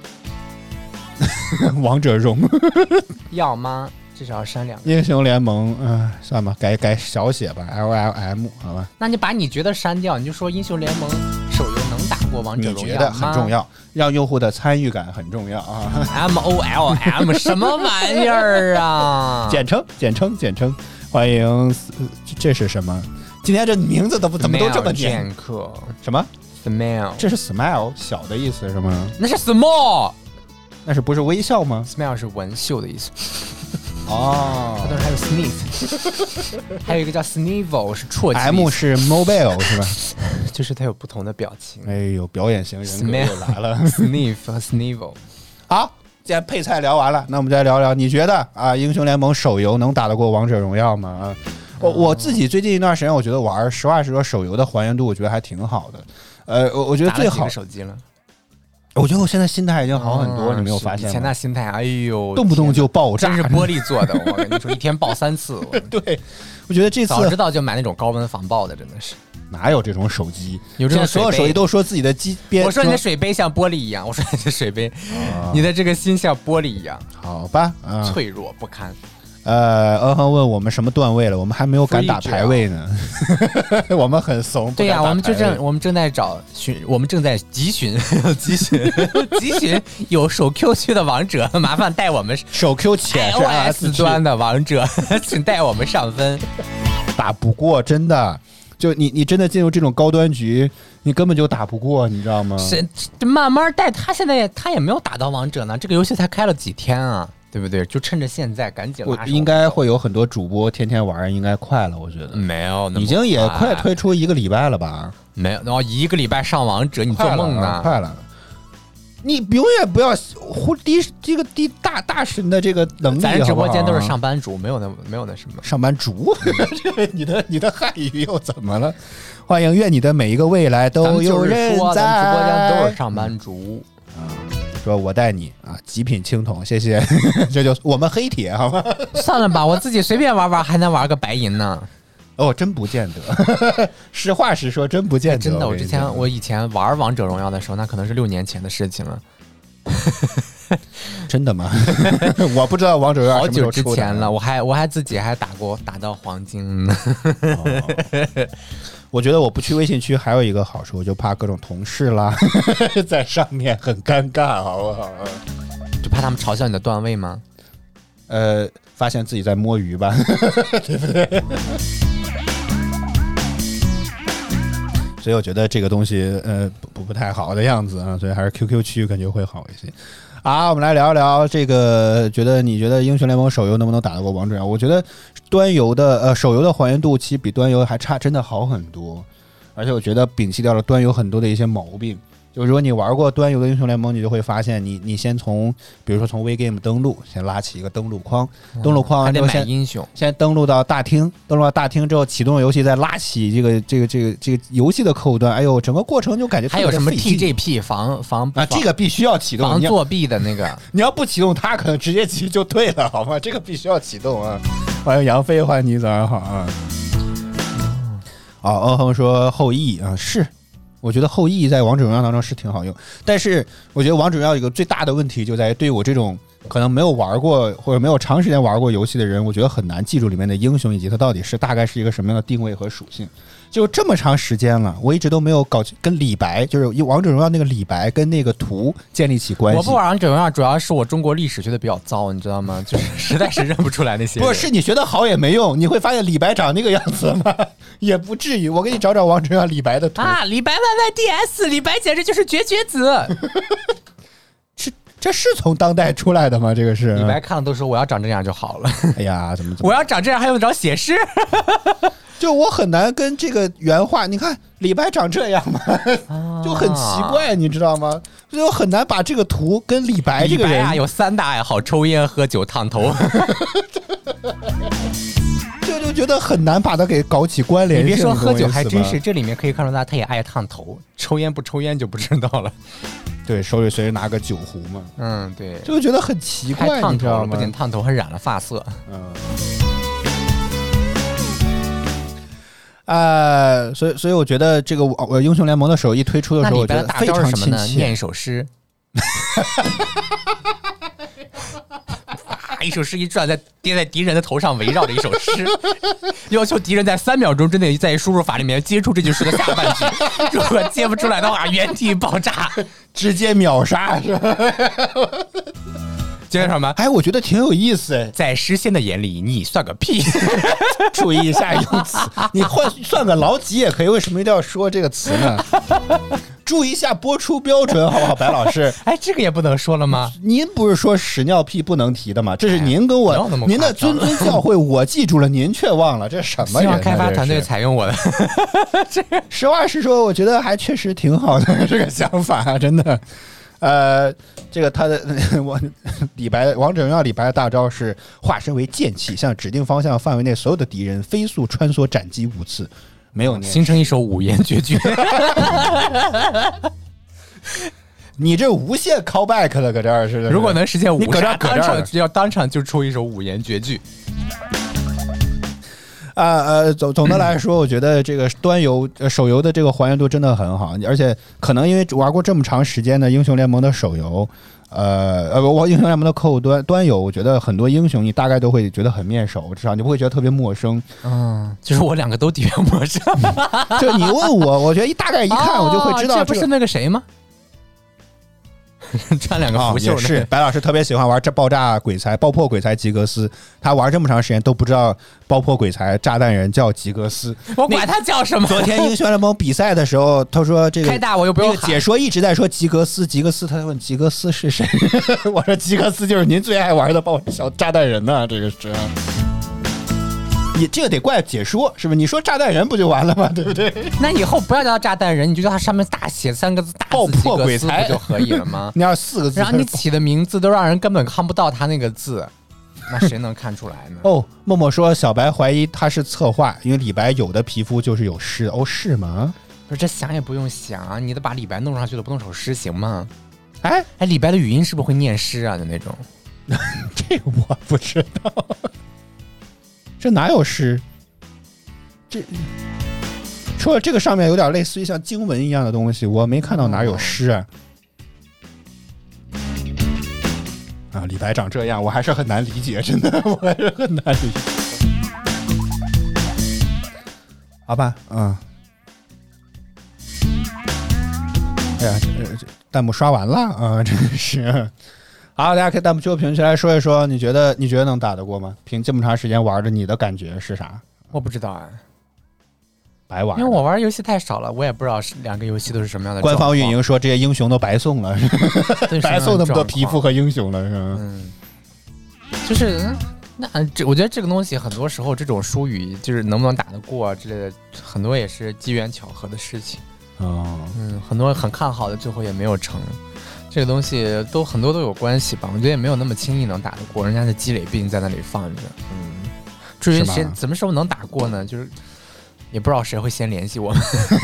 王者荣要吗？至少要删两个。 英雄联盟，嗯、呃，算吧，改改小写吧 ，L L M， 好吧。 那你把你觉得删掉，你就说英雄联盟手游能打过王者荣耀吗？ 你觉得很重要，让用户的参与感很重要啊。 M O L M 什么玩意儿啊？ 简称，简称，简称。欢迎，这是什么？今天这名字都怎么都这么念？什么 ？Smile， 这是 smile 小的意思是吗？ 那是 small， 那是不是微笑吗 ？Smile 是纹绣的意思。 哦， 它当然还有 sneeze， 还有一个叫 sneevel 是啜泣 ，M 是 mobile 是吧？ 就是它有不同的表情。 哎呦，表演型人格又来了 ，sniff 和 sneevel。 好，既然配菜聊完了，那我们再聊聊，你觉得啊，英雄联盟手游能打得过王者荣耀吗？啊，我我自己最近一段时间，我觉得玩，实话实说，手游的还原度我觉得还挺好的。呃，我我觉得最好。 打了几个手机了。 我觉得我现在心态已经好很多，嗯、你没有发现吗？ 以前那心态，哎呦， 动不动就爆炸， 真是玻璃做的。我跟你说，一天爆三次。 对，我觉得这次早知道就买那种高温防爆的，真的是。 哪有这种手机？ 有这种所有手机都说自己的机边。 我说你的水杯像玻璃一样，我说你的水杯，哦、你的这个心像玻璃一样。 好吧，嗯、 脆弱不堪。 呃，恩亨问我们什么段位了？我们还没有敢打排位呢，我们很怂。 对呀、啊，我们就正我们正在找寻，我们正在集寻集寻集寻有手 Q 区的王者，麻烦带我们手 Q 且是 iOS 端的王者，请带我们上分。 打不过，真的，就你你真的进入这种高端局，你根本就打不过，你知道吗？ 是慢慢带，他现在也他也没有打到王者呢，这个游戏才开了几天啊。对不对？就趁着现在赶紧拉手。 我应该会有很多主播天天玩，应该快了，我觉得。 没有， 已经也快推出一个礼拜了吧？ 没有，然后一个礼拜上王者，你做梦呢？ 快了，你永远不要忽低这个低大大神的这个能力。 咱直播间都是上班族，没有那没有那什么。 上班族，你的你的汉语又怎么了？欢迎，愿你的每一个未来都有人在。 咱直播间都是上班族啊。说我带你啊，极品青铜，谢谢。这就我们黑铁好吗？ 算了吧，我自己随便玩玩，还能玩个白银呢。 哦，真不见得。实话实说，真不见得。 真的，我之前我以前玩王者荣耀的时候，那可能是六年前的事情了。 真的吗？我不知道王者荣耀什么时候出的。 好久之前了，我还我还自己还打过，打到黄金呢。 哦、 我觉得我不去微信区还有一个好处，我就怕各种同事啦在上面很尴尬，好不好？ 就怕他们嘲笑你的段位吗？ 呃，发现自己在摸鱼吧，对不对？所以我觉得这个东西呃不不太好的样子啊，所以还是 Q Q 区感觉会好一些。啊，我们来聊一聊这个，觉得你觉得英雄联盟手游能不能打得过王者荣耀？我觉得端游的呃手游的还原度其实比端游还差，真的好很多。而且我觉得摒弃掉了端游很多的一些毛病。就如果你玩过端游的英雄联盟，你就会发现你，你你先从比如说从 WeGame 登录，先拉起一个登录框，登录框还得买英雄， 先登录到大厅，登录到大厅之后启动了游戏，再拉起这个这个这个这个游戏的客户端，哎呦，整个过程就感觉还有什么 T G P 防防啊，这个必须要启动， 防作弊的那个， 你要不启动，它可能直接其实就退了，好吗？这个必须要启动啊！欢迎杨飞，欢迎你，早上好啊！哦，欧恒说后羿啊，是。我觉得后羿在王者荣耀当中是挺好用，但是我觉得王者荣耀有一个最大的问题就在于，对于我这种可能没有玩过或者没有长时间玩过游戏的人，我觉得很难记住里面的英雄以及它到底是大概是一个什么样的定位和属性。就这么长时间了，我一直都没有搞跟李白，就是王者荣耀那个李白跟那个图建立起关系。 我不玩王者荣耀，主要是我中国历史学的比较糟，你知道吗？就是实在是认不出来那些。 不是你学的好也没用，你会发现李白长那个样子吗？也不至于。我给你找找王者荣耀李白的图啊，李白 Y Y D S， 李白简直就是绝绝子。 是，这是从当代出来的吗？这个是李白看了都说我要长这样就好了。 哎呀，怎么怎么我要长这样还用得着写诗？ 就我很难跟这个原话，你看李白长这样嘛，就很奇怪，你知道吗？所以我很难把这个图跟李白这个人李白啊有三大爱好：抽烟、喝酒、烫头。 就就觉得很难把它给搞起关联性。 你别说喝酒，还真是这里面可以看出他他也爱烫头，抽烟不抽烟就不知道了。 对，手里随时拿个酒壶嘛。 嗯，对， 就觉得很奇怪， 还烫头了， 你知道吗？ 不仅烫头，还染了发色。 嗯。呃，所以所以我觉得这个我英雄联盟的手一推出的时候，我觉得非常亲切。 念一首诗，啊，一首诗一转，在跌在敌人的头上，围绕着一首诗，要求敌人在三秒钟之内在输入法里面接出这句诗的下半句，如果接不出来的话，原地爆炸， 直接秒杀，是吧？ 接着什么？ 哎，我觉得挺有意思哎， 在诗仙的眼里，你算个屁！ 注意一下用词，你换算个老几也可以，为什么一定要说这个词呢？注意一下播出标准，好不好，白老师？ 哎，这个也不能说了吗？ 您不是说屎尿屁不能提的吗？这是您跟我、哎、您的谆谆教诲，我记住了，您却忘了，这什么人、啊？ 希望开发团队采用我的。 这个实话实说，我觉得还确实挺好的这个想法，真的。呃，这个他的我李白王者荣耀李白的大招是化身为剑气，向指定方向范围内所有的敌人飞速穿梭斩击五次，没有形成一首五言绝句。 你这无限 callback 了，搁这儿似的。 如果能实现五， 你搁这儿搁这儿要当场就出一首五言绝句。 啊呃，总总的来说，我觉得这个端游、呃、手游的这个还原度真的很好，而且可能因为玩过这么长时间的英雄联盟的手游，呃呃，我英雄联盟的客户端端游，我觉得很多英雄你大概都会觉得很面熟，至少你不会觉得特别陌生。 嗯，就是我两个都的确陌生。 就你问我，我觉得一大概一看我就会知道、 哦，这不是那个谁吗？穿两个腐袖、 哦、是白老师特别喜欢玩这爆炸鬼才爆破鬼才吉格斯，他玩这么长时间都不知道爆破鬼才炸弹人叫吉格斯， 我管他叫什么。 昨天英雄联盟比赛的时候，他说这个开大我又不用喊， 那个解说一直在说吉格斯吉格斯，他问吉格斯是谁？我说吉格斯就是您最爱玩的爆小炸弹人呢、啊，这个是。你这个得怪解说是不是？你说炸弹人不就完了吗？对不对？ 那以后不要叫他炸弹人，你就叫他上面大写三个字“大爆破鬼才” 不就可以了吗？ 你要四个字， 然后你起的名字都让人根本看不到他那个字，那谁能看出来呢？ 哦，默默说小白怀疑他是策划，因为李白有的皮肤就是有湿。哦，是吗？ 不是，这想也不用想，你都把李白弄上去了，不弄首诗行吗？ 哎哎，李白的语音是不是会念诗啊的那种？ 这个我不知道，这哪有诗？这除了这个上面有点类似于像经文一样的东西，我没看到哪有诗啊。啊，李白长这样，我还是很难理解，真的，我还是很难理解。好吧，嗯， 哎呀，这这弹幕刷完了啊，真是。好，大家可以弹幕区评论区来说一说，你觉得你觉得能打得过吗？凭这么长时间玩着，你的感觉是啥？ 我不知道啊， 白玩， 因为我玩游戏太少了，我也不知道是两个游戏都是什么样的。 官方运营说这些英雄都白送了，白送那么多皮肤和英雄了，是吧？ 嗯，就是那这我觉得这个东西很多时候这种疏语就是能不能打得过啊之类的，很多也是机缘巧合的事情。 哦， 嗯，很多很看好的最后也没有成。这个东西都很多都有关系吧，我觉得也没有那么轻易能打得过，人家的积累毕竟在那里放着。嗯，至于谁什么时候能打过呢？就是也不知道谁会先联系我们。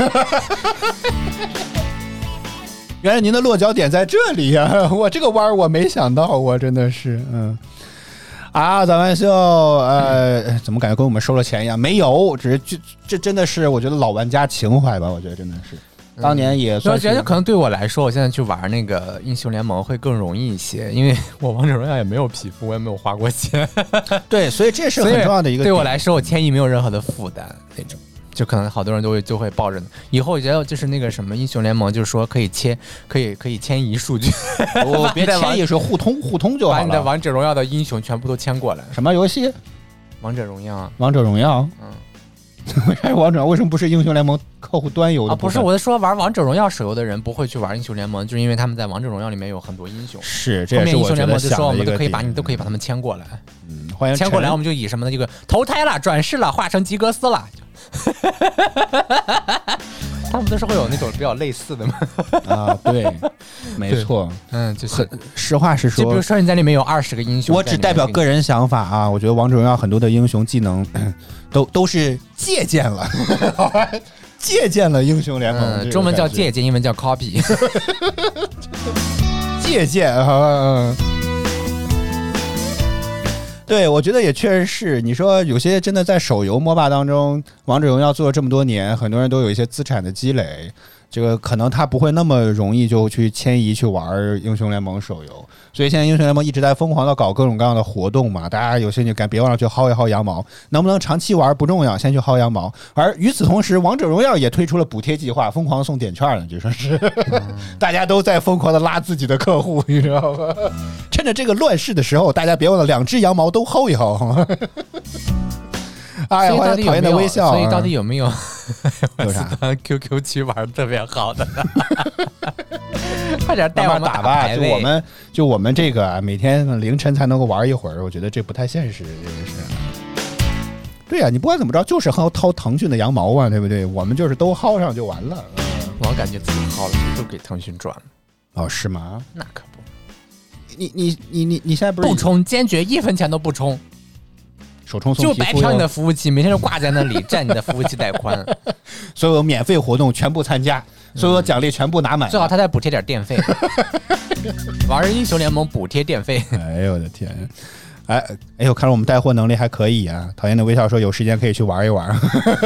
原来您的落脚点在这里呀、啊！我这个弯儿我没想到，我真的是嗯。啊，早饭秀，呃，怎么感觉跟我们收了钱一样？没有，只是这这真的是我觉得老玩家情怀吧，我觉得真的是。当年也算是、 嗯、我觉得可能对我来说，我现在去玩那个英雄联盟会更容易一些，因为我王者荣耀也没有皮肤，我也没有花过钱。 对，所以这是很重要的一个。 对我来说，我迁移没有任何的负担那种，就可能好多人都会就会抱着。以后我觉得就是那个什么英雄联盟，就是说可以切，可以可以迁移数据。 我别迁移，是互通互通就好了。 把你的王者荣耀的英雄全部都迁过来。 什么游戏？ 王者荣耀。 王者荣耀。 嗯。 还有王者为什么不是英雄联盟客户端游的？ 啊，不是，我是说玩王者荣耀手游的人不会去玩英雄联盟，就是因为他们在王者荣耀里面有很多英雄。 是，这也是我觉得想的一个点。后面英雄联盟就说我们都可以把你都可以把他们迁过来。 嗯，欢迎迁过来，我们就以什么呢？这个投胎了、转世了、化成吉格斯了。他们都是会有那种比较类似的嘛。啊， 对，没错， 嗯，就是实话实说。 就比如说你在里面有二十个英雄， 我只代表个人想法啊。我觉得王者荣耀很多的英雄技能都都是借鉴了，借鉴了英雄联盟、 嗯，中文叫借鉴，英文叫 copy。 借鉴啊。对，我觉得也确实是。你说有些真的在手游 M O B A 当中，王者荣耀做了这么多年，很多人都有一些资产的积累，这个可能他不会那么容易就去迁移去玩英雄联盟手游。所以现在英雄联盟一直在疯狂的搞各种各样的活动嘛，大家有兴趣感别忘了去薅一薅羊毛，能不能长期玩不重要，先去薅羊毛。而与此同时，王者荣耀也推出了补贴计划，疯狂送点券了，就说是、嗯、大家都在疯狂的拉自己的客户，你知道吗？趁着这个乱世的时候，大家别忘了两只羊毛都薅一薅。哎呀，欢迎讨厌的微笑。 所以到底有没有有啥 Q Q 区玩的特别好的？快点带我们打吧！就我们就我们这个每天凌晨才能够玩一会儿，我觉得这不太现实。这个是，对呀、啊，你不管怎么着，就是薅薅腾讯的羊毛啊，对不对？我们就是都薅上就完了。嗯、 我感觉自己薅了都给腾讯赚了。 哦，是吗？ 那可不。 你你你你你现在不是不充，坚决一分钱都不充。 手充送就白嫖你的服务器，每天就挂在那里占你的服务器带宽。 所有免费活动全部参加，所有奖励全部拿满、嗯。 最好他再补贴点电费。玩英雄联盟补贴电费。 哎呦我的天！哎哎呦，看来我们带货能力还可以啊！讨厌的微笑说有时间可以去玩一玩。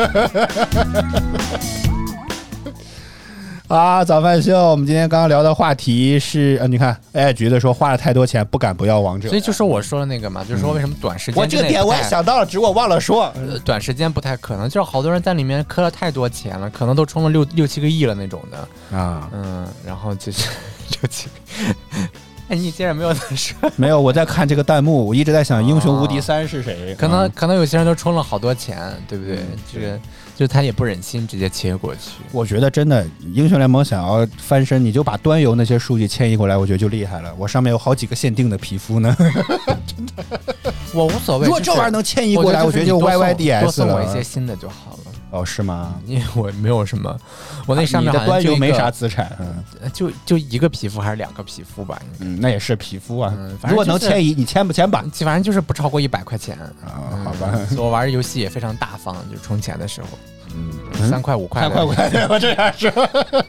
啊，早饭秀，我们今天刚刚聊的话题是，呃，你看，哎，橘子说花了太多钱，不敢不要王者， 所以就是我说的那个嘛，就是说为什么短时间、 嗯、我这个点我也想到了，只是我忘了说、 呃，短时间不太可能，就是好多人在里面氪了太多钱了，可能都充了六六七个亿了那种的啊， 嗯，然后就是六七个。哎，你竟然没有在说？ 没有，我在看这个弹幕，我一直在想英雄无敌三是谁？ 哦、可能、嗯、可能有些人都充了好多钱，对不对？嗯、这个就是他也不忍心直接切过去。 我觉得真的英雄联盟想要翻身，你就把端游那些数据迁移过来，我觉得就厉害了。我上面有好几个限定的皮肤呢，真的。 我无所谓。 如果这玩意儿能迁移过来，我觉得就 Y Y D S 了。 多送我一些新的就好了。 哦，是吗？ 因为我没有什么，我那上面好像端游没啥资产， 嗯，就就一个皮肤还是两个皮肤吧？ 嗯，那也是皮肤啊。嗯，如果能迁移，你迁不迁吧？ 反正就是不超过一百块钱啊。好吧， 我玩游戏也非常大方，就充钱的时候， 嗯， 三块五块， 三块五块，我这样说。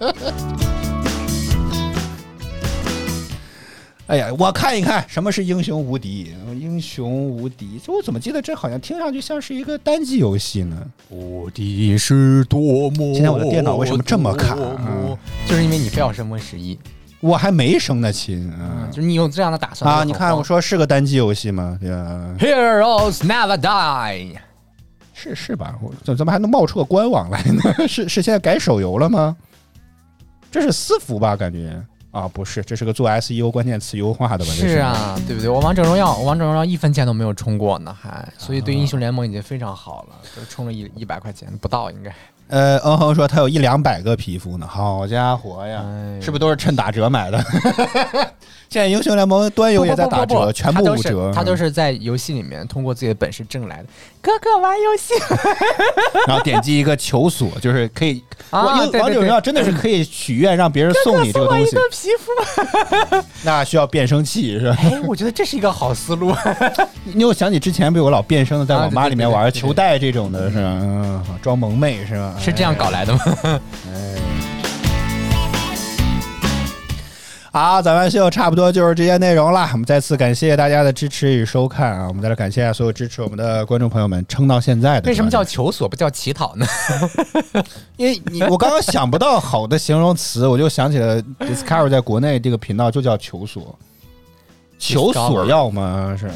哎呀，我看一看什么是英雄无敌。英雄无敌，我怎么记得这好像听上去像是一个单机游戏呢？ 无敌是多么…… 今天我的电脑为什么这么卡、啊？ 就是因为你非要升温十一， 我还没升呢，亲、啊嗯，就是你有这样的打算啊？你看我说是个单机游戏吗？对啊 ，Heroes never die， 是是吧？我怎怎么还能冒出个官网来呢？是是现在改手游了吗？ 这是私服吧？感觉啊，不是，这是个做 S E O 关键词优化的吧？ 是啊，对不对？我王者荣耀，我王者荣耀一分钱都没有充过呢，还，所以对英雄联盟已经非常好了，就充了一一百块钱不到应该。 呃，嗯哼说他有一两百个皮肤呢，好家伙呀，哎、是不是都是趁打折买的？现在英雄联盟端游也在打折，不不不不全部五折。 他都是在游戏里面通过自己的本事挣来的。哥哥玩游戏， 然后点击一个求索，就是可以。 啊， 王者荣耀真的是可以许愿让别人送你这个东西。 哥哥送我一个皮肤， 那需要变声器是吧？ 哎，我觉得这是一个好思路。 你有想起之前被我老变声的，在网吧里面玩求带这种的是吧？嗯，装萌妹是吧？ 是这样搞来的吗？ 哎。好，早饭秀差不多就是这些内容了。我们再次感谢大家的支持与收看啊！我们再来感谢所有支持我们的观众朋友们，撑到现在的。 为什么叫求索不叫乞讨呢？ 因为你我刚刚想不到好的形容词，我就想起了 Discovery 在国内这个频道就叫求索，求索要吗？是。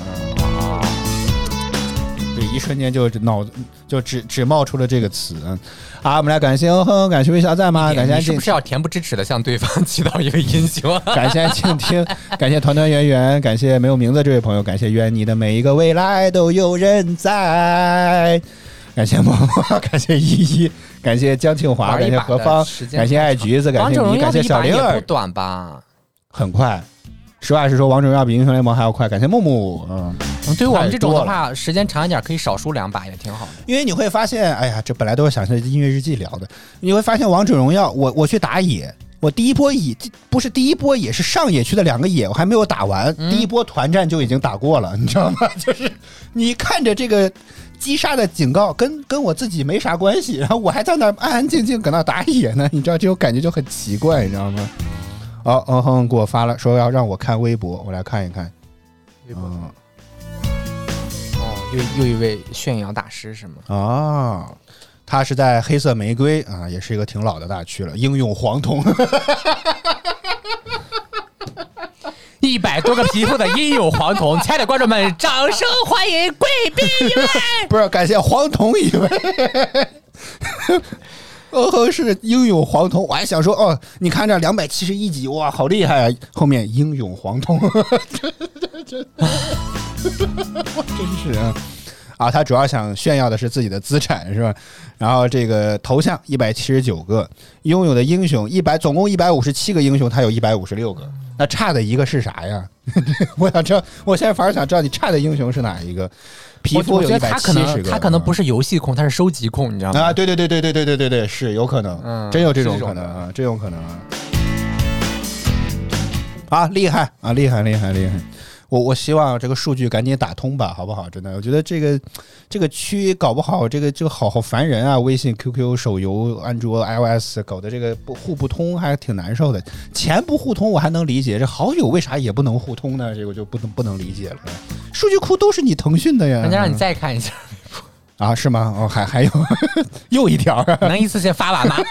对，一瞬间就脑就只只冒出了这个词。好，我们来感谢哼哼，感谢微笑赞吗？感谢是不是要恬不知耻的向对方祈祷一个英雄？ 感谢静听，感谢团团圆圆，感谢没有名字这位朋友，感谢愿你的每一个未来都有人在，感谢默默，感谢依依，感谢江庆华，感谢何芳，感谢爱橘子，感谢你，感谢小灵儿。 不短吧？ 很快。实话实说，王者荣耀比英雄联盟还要快。感谢木木，嗯， 对于我们这种的话，时间长一点，可以少输两把也挺好的。 因为你会发现，哎呀，这本来都是想是音乐日记聊的，你会发现王者荣耀，我我去打野，我第一波野不是第一波野，是上野区的两个野，我还没有打完，嗯、第一波团战就已经打过了，你知道吗？就是你看着这个击杀的警告，跟跟我自己没啥关系，然后我还在那安安静静搁那打野呢，你知道这种感觉就很奇怪，你知道吗？哦，嗯哼，给我发了，说要让我看微博，我来看一看。 微博。嗯、哦，又又一位炫耀大师是吗？ 啊，他是在黑色玫瑰啊，也是一个挺老的大区了。英勇黄铜， 一百多个皮肤的英勇黄铜，亲爱的观众们，掌声欢迎贵宾一位。 不是，感谢黄铜一位。哦吼，是英勇黄铜，我还想说哦，你看这两百七十一级，哇，好厉害啊！后面英勇黄铜，真是啊！啊，他主要想炫耀的是自己的资产，是吧？然后这个头像一百七十九个，拥有的英雄一百，总共一百五十七个英雄，他有一百五十六个，那差的一个是啥呀？我想知道，我现在反而想知道你差的英雄是哪一个？皮肤有一百七十个， 他可能不是游戏控，他是收集控，你知道吗？ 啊，对对对对对对对对对，是有可能，嗯，真有这种可能啊，真有可能啊！啊，厉害啊，厉害厉害厉害！我我希望这个数据赶紧打通吧，好不好？真的，我觉得这个这个区搞不好，这个就好好烦人啊！微信、Q Q、手游、安卓、iOS 搞的这个不互不通，还挺难受的。钱不互通我还能理解，这好友为啥也不能互通呢？这个就不能不能理解了。数据库都是你腾讯的呀， 人家让你再看一下啊？是吗？哦，还还有又一条啊？ 能一次性发完吗？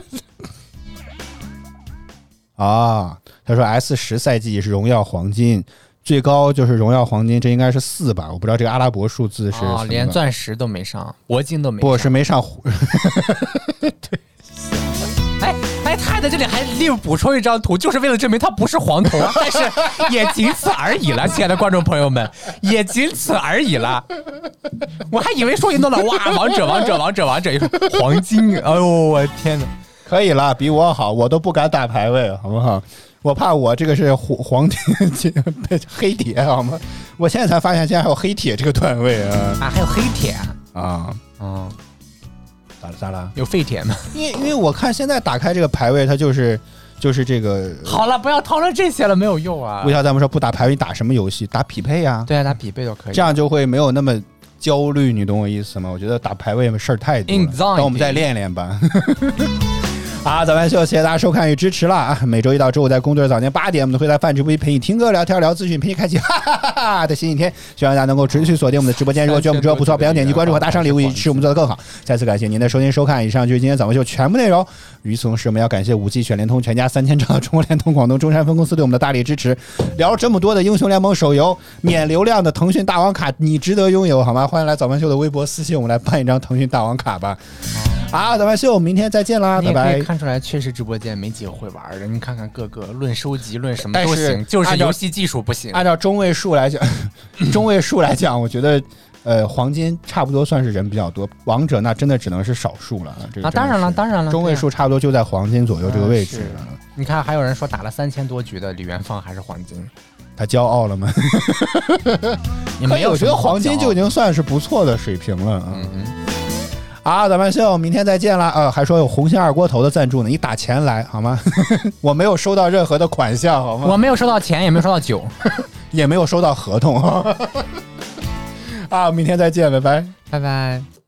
啊，他说 S 十赛季是荣耀黄金。最高就是荣耀黄金，这应该是四吧？我不知道这个阿拉伯数字是什么、 哦、连钻石都没上，铂金都没上， 不是没上。对， 哎哎，他在这里还另补充一张图，就是为了证明他不是黄铜，但是也仅此而已了，亲爱的观众朋友们，也仅此而已了。我还以为说一弄了，哇，王者王者王者王者黄金，哎呦我天哪！ 可以了，比我好，我都不敢打排位，好不好？我怕我这个是黄黄铁黑铁，好吗？我现在才发现，竟然还有黑铁这个段位啊！ 啊，还有黑铁啊！ 嗯， 咋了咋了？ 有废铁吗？ 因为因为我看现在打开这个排位，它就是就是这个。 好了，不要讨论这些了，没有用啊！ 为啥咱们说不打排位，你打什么游戏？打匹配呀、啊？ 对啊，打匹配都可以， 这样就会没有那么焦虑，你懂我意思吗？我觉得打排位事儿太多了，等我们再练练吧。好，早安秀，谢谢大家收看与支持了啊！每周一到周五在工作日早间八点，我们都会在饭直播陪你听歌、聊天、聊资讯，陪你开启哈哈哈哈的新一天。希望大家能够持续锁定我们的直播间。如果觉得我们直播不错，不要点击关注和打赏礼物，以支持我们做得更好。再次感谢您的收听收看，以上就是今天早安秀全部内容。与此同时，我们要感谢五 G 选联通全家三千兆中国联通广东中山分公司对我们的大力支持。聊了这么多的英雄联盟手游，免流量的腾讯大王卡，你值得拥有好吗？欢迎来早安秀的微博私信我们来办一张腾讯大王卡吧。 啊，早饭秀，明天再见啦，拜拜。 你也可以看出来，确实直播间没几个会玩的。你看看各个论收集、论什么都行，就是游戏技术不行。 按照中位数来讲，中位数来讲，我觉得。呃，黄金差不多算是人比较多，王者那真的只能是少数了。这个、 啊，当然了，当然了， 中位数差不多就在黄金左右这个位置了。 嗯、你看，还有人说打了三千多局的李元芳还是黄金， 他骄傲了吗？ 也没有， 我觉得黄金就已经算是不错的水平了。嗯嗯。啊，早饭秀，明天再见了。呃，还说有红星二锅头的赞助呢，你打钱来好吗？我没有收到任何的款项，好吗？ 我没有收到钱，也没有收到酒， 也没有收到合同。啊，明天再见，拜拜， 拜拜。